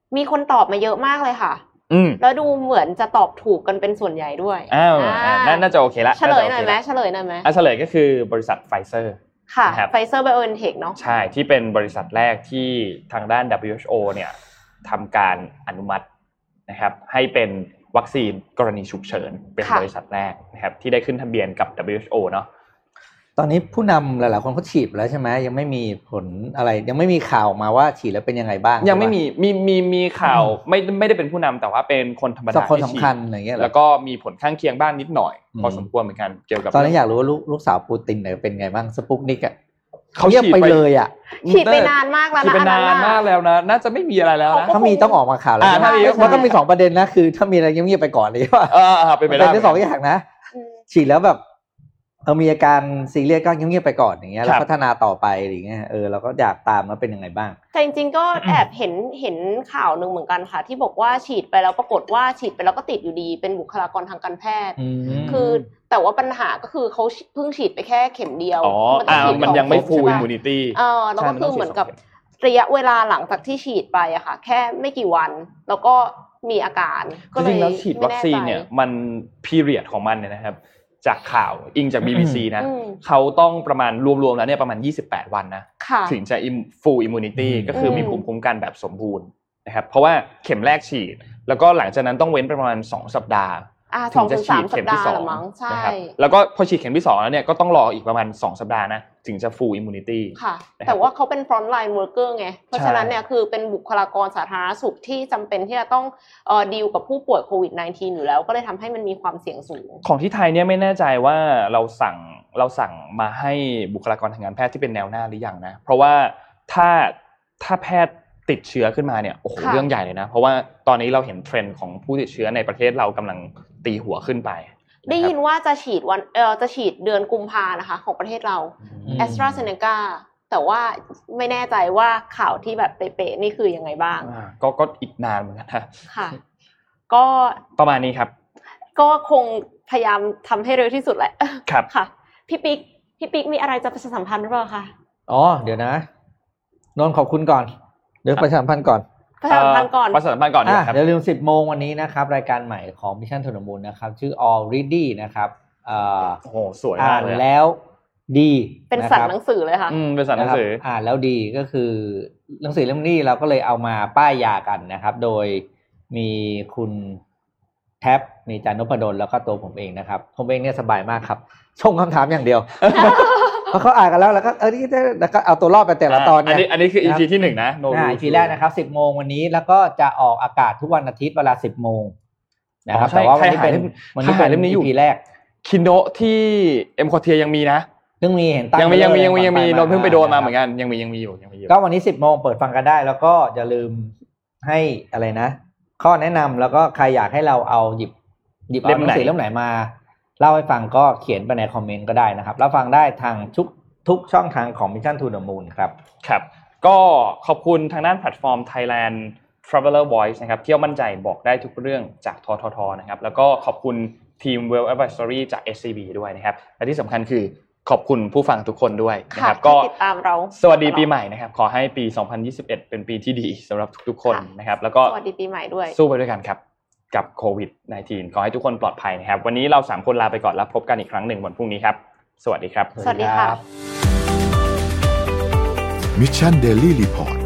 มีคนตอบมาเยอะมากเลยค่ะแล้วดูเหมือนจะตอบถูกกันเป็นส่วนใหญ่ด้วย
น่าจะโอเคละ
เฉลยหน่อยไหมเฉล
ยก็คือบริษัทไฟเซอร์
ค่ะไฟเซอร์ไบโอเอ็นเทคเนาะ
ใช่ที่เป็นบริษัทแรกที่ทางด้าน WHO เนี่ยทำการอนุมัตินะครับให้เป็นวัคซีนกรณีฉุกเฉินเป็นบริษัทแรกนะครับที่ได้ขึ้นทะเบียนกับ WHO เนาะ
ตอนนี้ผู้นำหลายๆคนเขาฉีดแล้วใช่ไหมยังไม่มีผลอะไรยังไม่มีข่าวมาว่าฉีดแล้วเป็นยังไงบ้าง
ยังไม่มีข่าวไม่ได้เป็นผู้นำแต่ว่าเป็นคนธรรมดา
คนสำคัญอะไรเงี้ย
แล้วก็มีผลข้างเคียงบ้างนิดหน่อยพอสมควรเหมือนกันเกี่ยวกับ
ตอนนี้อยากรู้ว่าลูกสาวปูตินเนี่ยเป็นไงบ้างสปุกนิกอ่ะเขาเงียบไปเลยอ่ะ
ฉีดไปนานมากแล้วนะ
ฉีดไปนานมากแล้วนะน่าจะไม่มีอะไรแล้วนะ
ถ้ามีต้องออกมาข่าวแล้วมันก็มี2ประเด็นนะคือถ้ามีอะไรเงียบๆไปก่อนเลยว่า
เป็นไปได้
เป็น2อย่างนะฉีดแล้วแบบมีอาการซีเรียสก็เงียบๆไปก่อนอย่างเงี้ยแล้วพัฒนาต่อไปอย่างเงี้ยเราก็อยากตามว่าเป็นยังไงบ้าง
แต่จริงๆก็แอบเห็นข่าวนึงเหมือนกันค่ะที่บอกว่าฉีดไปแล้วปรากฏว่าฉีดไปแล้วก็ติดอยู่ดีเป็นบุคลากรทางการแพทย์คือแต่ว่าปัญหาก็คือเขาเพิ่งฉีดไปแค่เข็มเดียว
มันยังไม่ full immunity
แล้วก็คือเหมือนกับระยะเวลาหลังจากที่ฉีดไปอะค่ะแค่ไม่กี่วันแล้วก็มีอาการ
ก็เลยจริงๆแล้วฉีดวัคซีนเนี่ยมัน period ของมันเนี่ยนะครับจากข่าวอิงจาก BBC นะเขาต้องประมาณรวมๆแล้วเนี่ยประมาณ28วันนะถึงจะ full immunity ก็คือมีภูมิคุ้มกันแบบสมบูรณ์นะครับเพราะว่าเข็มแรกฉีดแล้วก็หลังจากนั้นต้องเว้นประมาณ2สัปดาห์ถึงจะฉีดเข็มที่2นะครับแล้วก็พอฉีดเข็มที่2แล้วเนี่ยก็ต้องรออีกประมาณ2สัปดาห์นะถึงจะ full immunity
ค่ะแต่ว่าเขาเป็น front line worker ไงเพราะฉะนั้นเนี่ยคือเป็นบุคลากรสาธารณสุขที่จำเป็นที่จะต้องดีลกับผู้ป่วยโควิด -19 อยู่แล้วก็เลยทำให้มันมีความเสี่ยงสูง
ของที่ไทยเนี่ยไม่แน่ใจว่าเราสั่งมาให้บุคลากรทางการแพทย์ที่เป็นแนวหน้าหรือยังนะเพราะว่าถ้าแพทย์ติดเชื้อขึ้นมาเนี่ยโอ้โหเรื่องใหญ่เลยนะเพราะว่าตอนนี้เราเห็นเทรนด์ของผู้ติดเชื้อในประเทศเรากำลังตีหัวขึ้นไป
ได้ยินว่าจะฉีดเดือนกุมภานะคะของประเทศเรา AstraZeneca แต่ว่าไม่แน่ใจว่าข่าวที่แบบเป๊ะๆนี่คือยังไงบ้าง
ก็อีกนานเหมือนกันนะ
ค่ะก็
ประมาณนี้ครับ
ก็คงพยายามทำให้เร็วที่สุดแหละ
ครับ
ค่ะพี่ปิ๊กมีอะไรจะประชาสัมพันธ์หรือเปล่าคะ
เดี๋ยวนะนนท์ขอบคุณก่อนเดี๋ยวประชาสัมพันธ์ก่อน
ประชาสัมพันธ์ก่อน
เดี๋ยวลืม 10:00 นวันนี้นะครับรายการใหม่ของ Mission to the Moon นะครับชื่อ Already นะครับ
โอ้โหสวยมากเลย
อ่านแล้วดี
เป็นสัตว์หนังสือเลยค่ะ
เป็นสัตว์หนังสือ
อ่านแล้วดีก็คือหนังสือเล่มนี้เราก็เลยเอามาป้ายยากันนะครับโดยมีคุณแท็บมีอาจารย์นพดลแล้วก็ตัวผมเองนะครับผมเองเนี่ยสบายมากครับชงคำถามอย่างเดียวเพราะเขาอ่านกันแล้วก็นี่แล้วก็เอาตัวรอดไปแต่ละตอนเนี่ย
อันนี้คือ EP ที่1นะ
EP แรกนะครับ 10:00 นวันนี้แล้วก็จะออกอากาศทุกวันอาทิตย์เวลา 10:00 นนะครับแต่ว่าวันนี้เป็น
เล่มนี้อยู่
EP แรก
Kindle ที่เอ็มคอเทียยังมีนะ
ยังมีเห็น
ตั้งยังมีโดนเพิ่งไปโดนมาเหมือนกันยังมีอยู่
ก็วันนี้ 10:00 นเปิดฟังกันได้แล้วก็อย่าลืมให้อะไรนะข้อแนะนำแล้วก็ใครอยากให้เราเอาหยิบเอาหนังสือเล่มไหนมาเล่าให้ฟังก็เขียนไปในคอมเมนต์ก็ได้นะครับแล้วฟังได้ทางทุกช่องทางของ Mission to the Moon
ครับก็ขอบคุณทางด้านแพลตฟอร์ม Thailand Traveler Voice นะครับเที่ยวมั่นใจบอกได้ทุกเรื่องจากทททนะครับแล้วก็ขอบคุณทีม Well Advisory จาก SCB ด้วยนะครับและที่สำคัญคือขอบคุณผู้ฟังทุกคนด้วยนะครับก็
ติดตามเรา
สวัสดีปีใหม่นะครับขอให้ปี2021เป็นปีที่ดีสำหรับทุกๆคนนะครับแล้วก็
สวัสดีปีใหม่ด้วย
สู้ไปด้วยกันครับกับโควิด -19 ขอให้ทุกคนปลอดภัยนะครับวันนี้เรา3คนลาไปก่อนแล้วพบกันอีกครั้งหนึ่งวันพรุ่งนี้ครับสวัสดีครับ
สวัสดีครับ
Mission Daily Report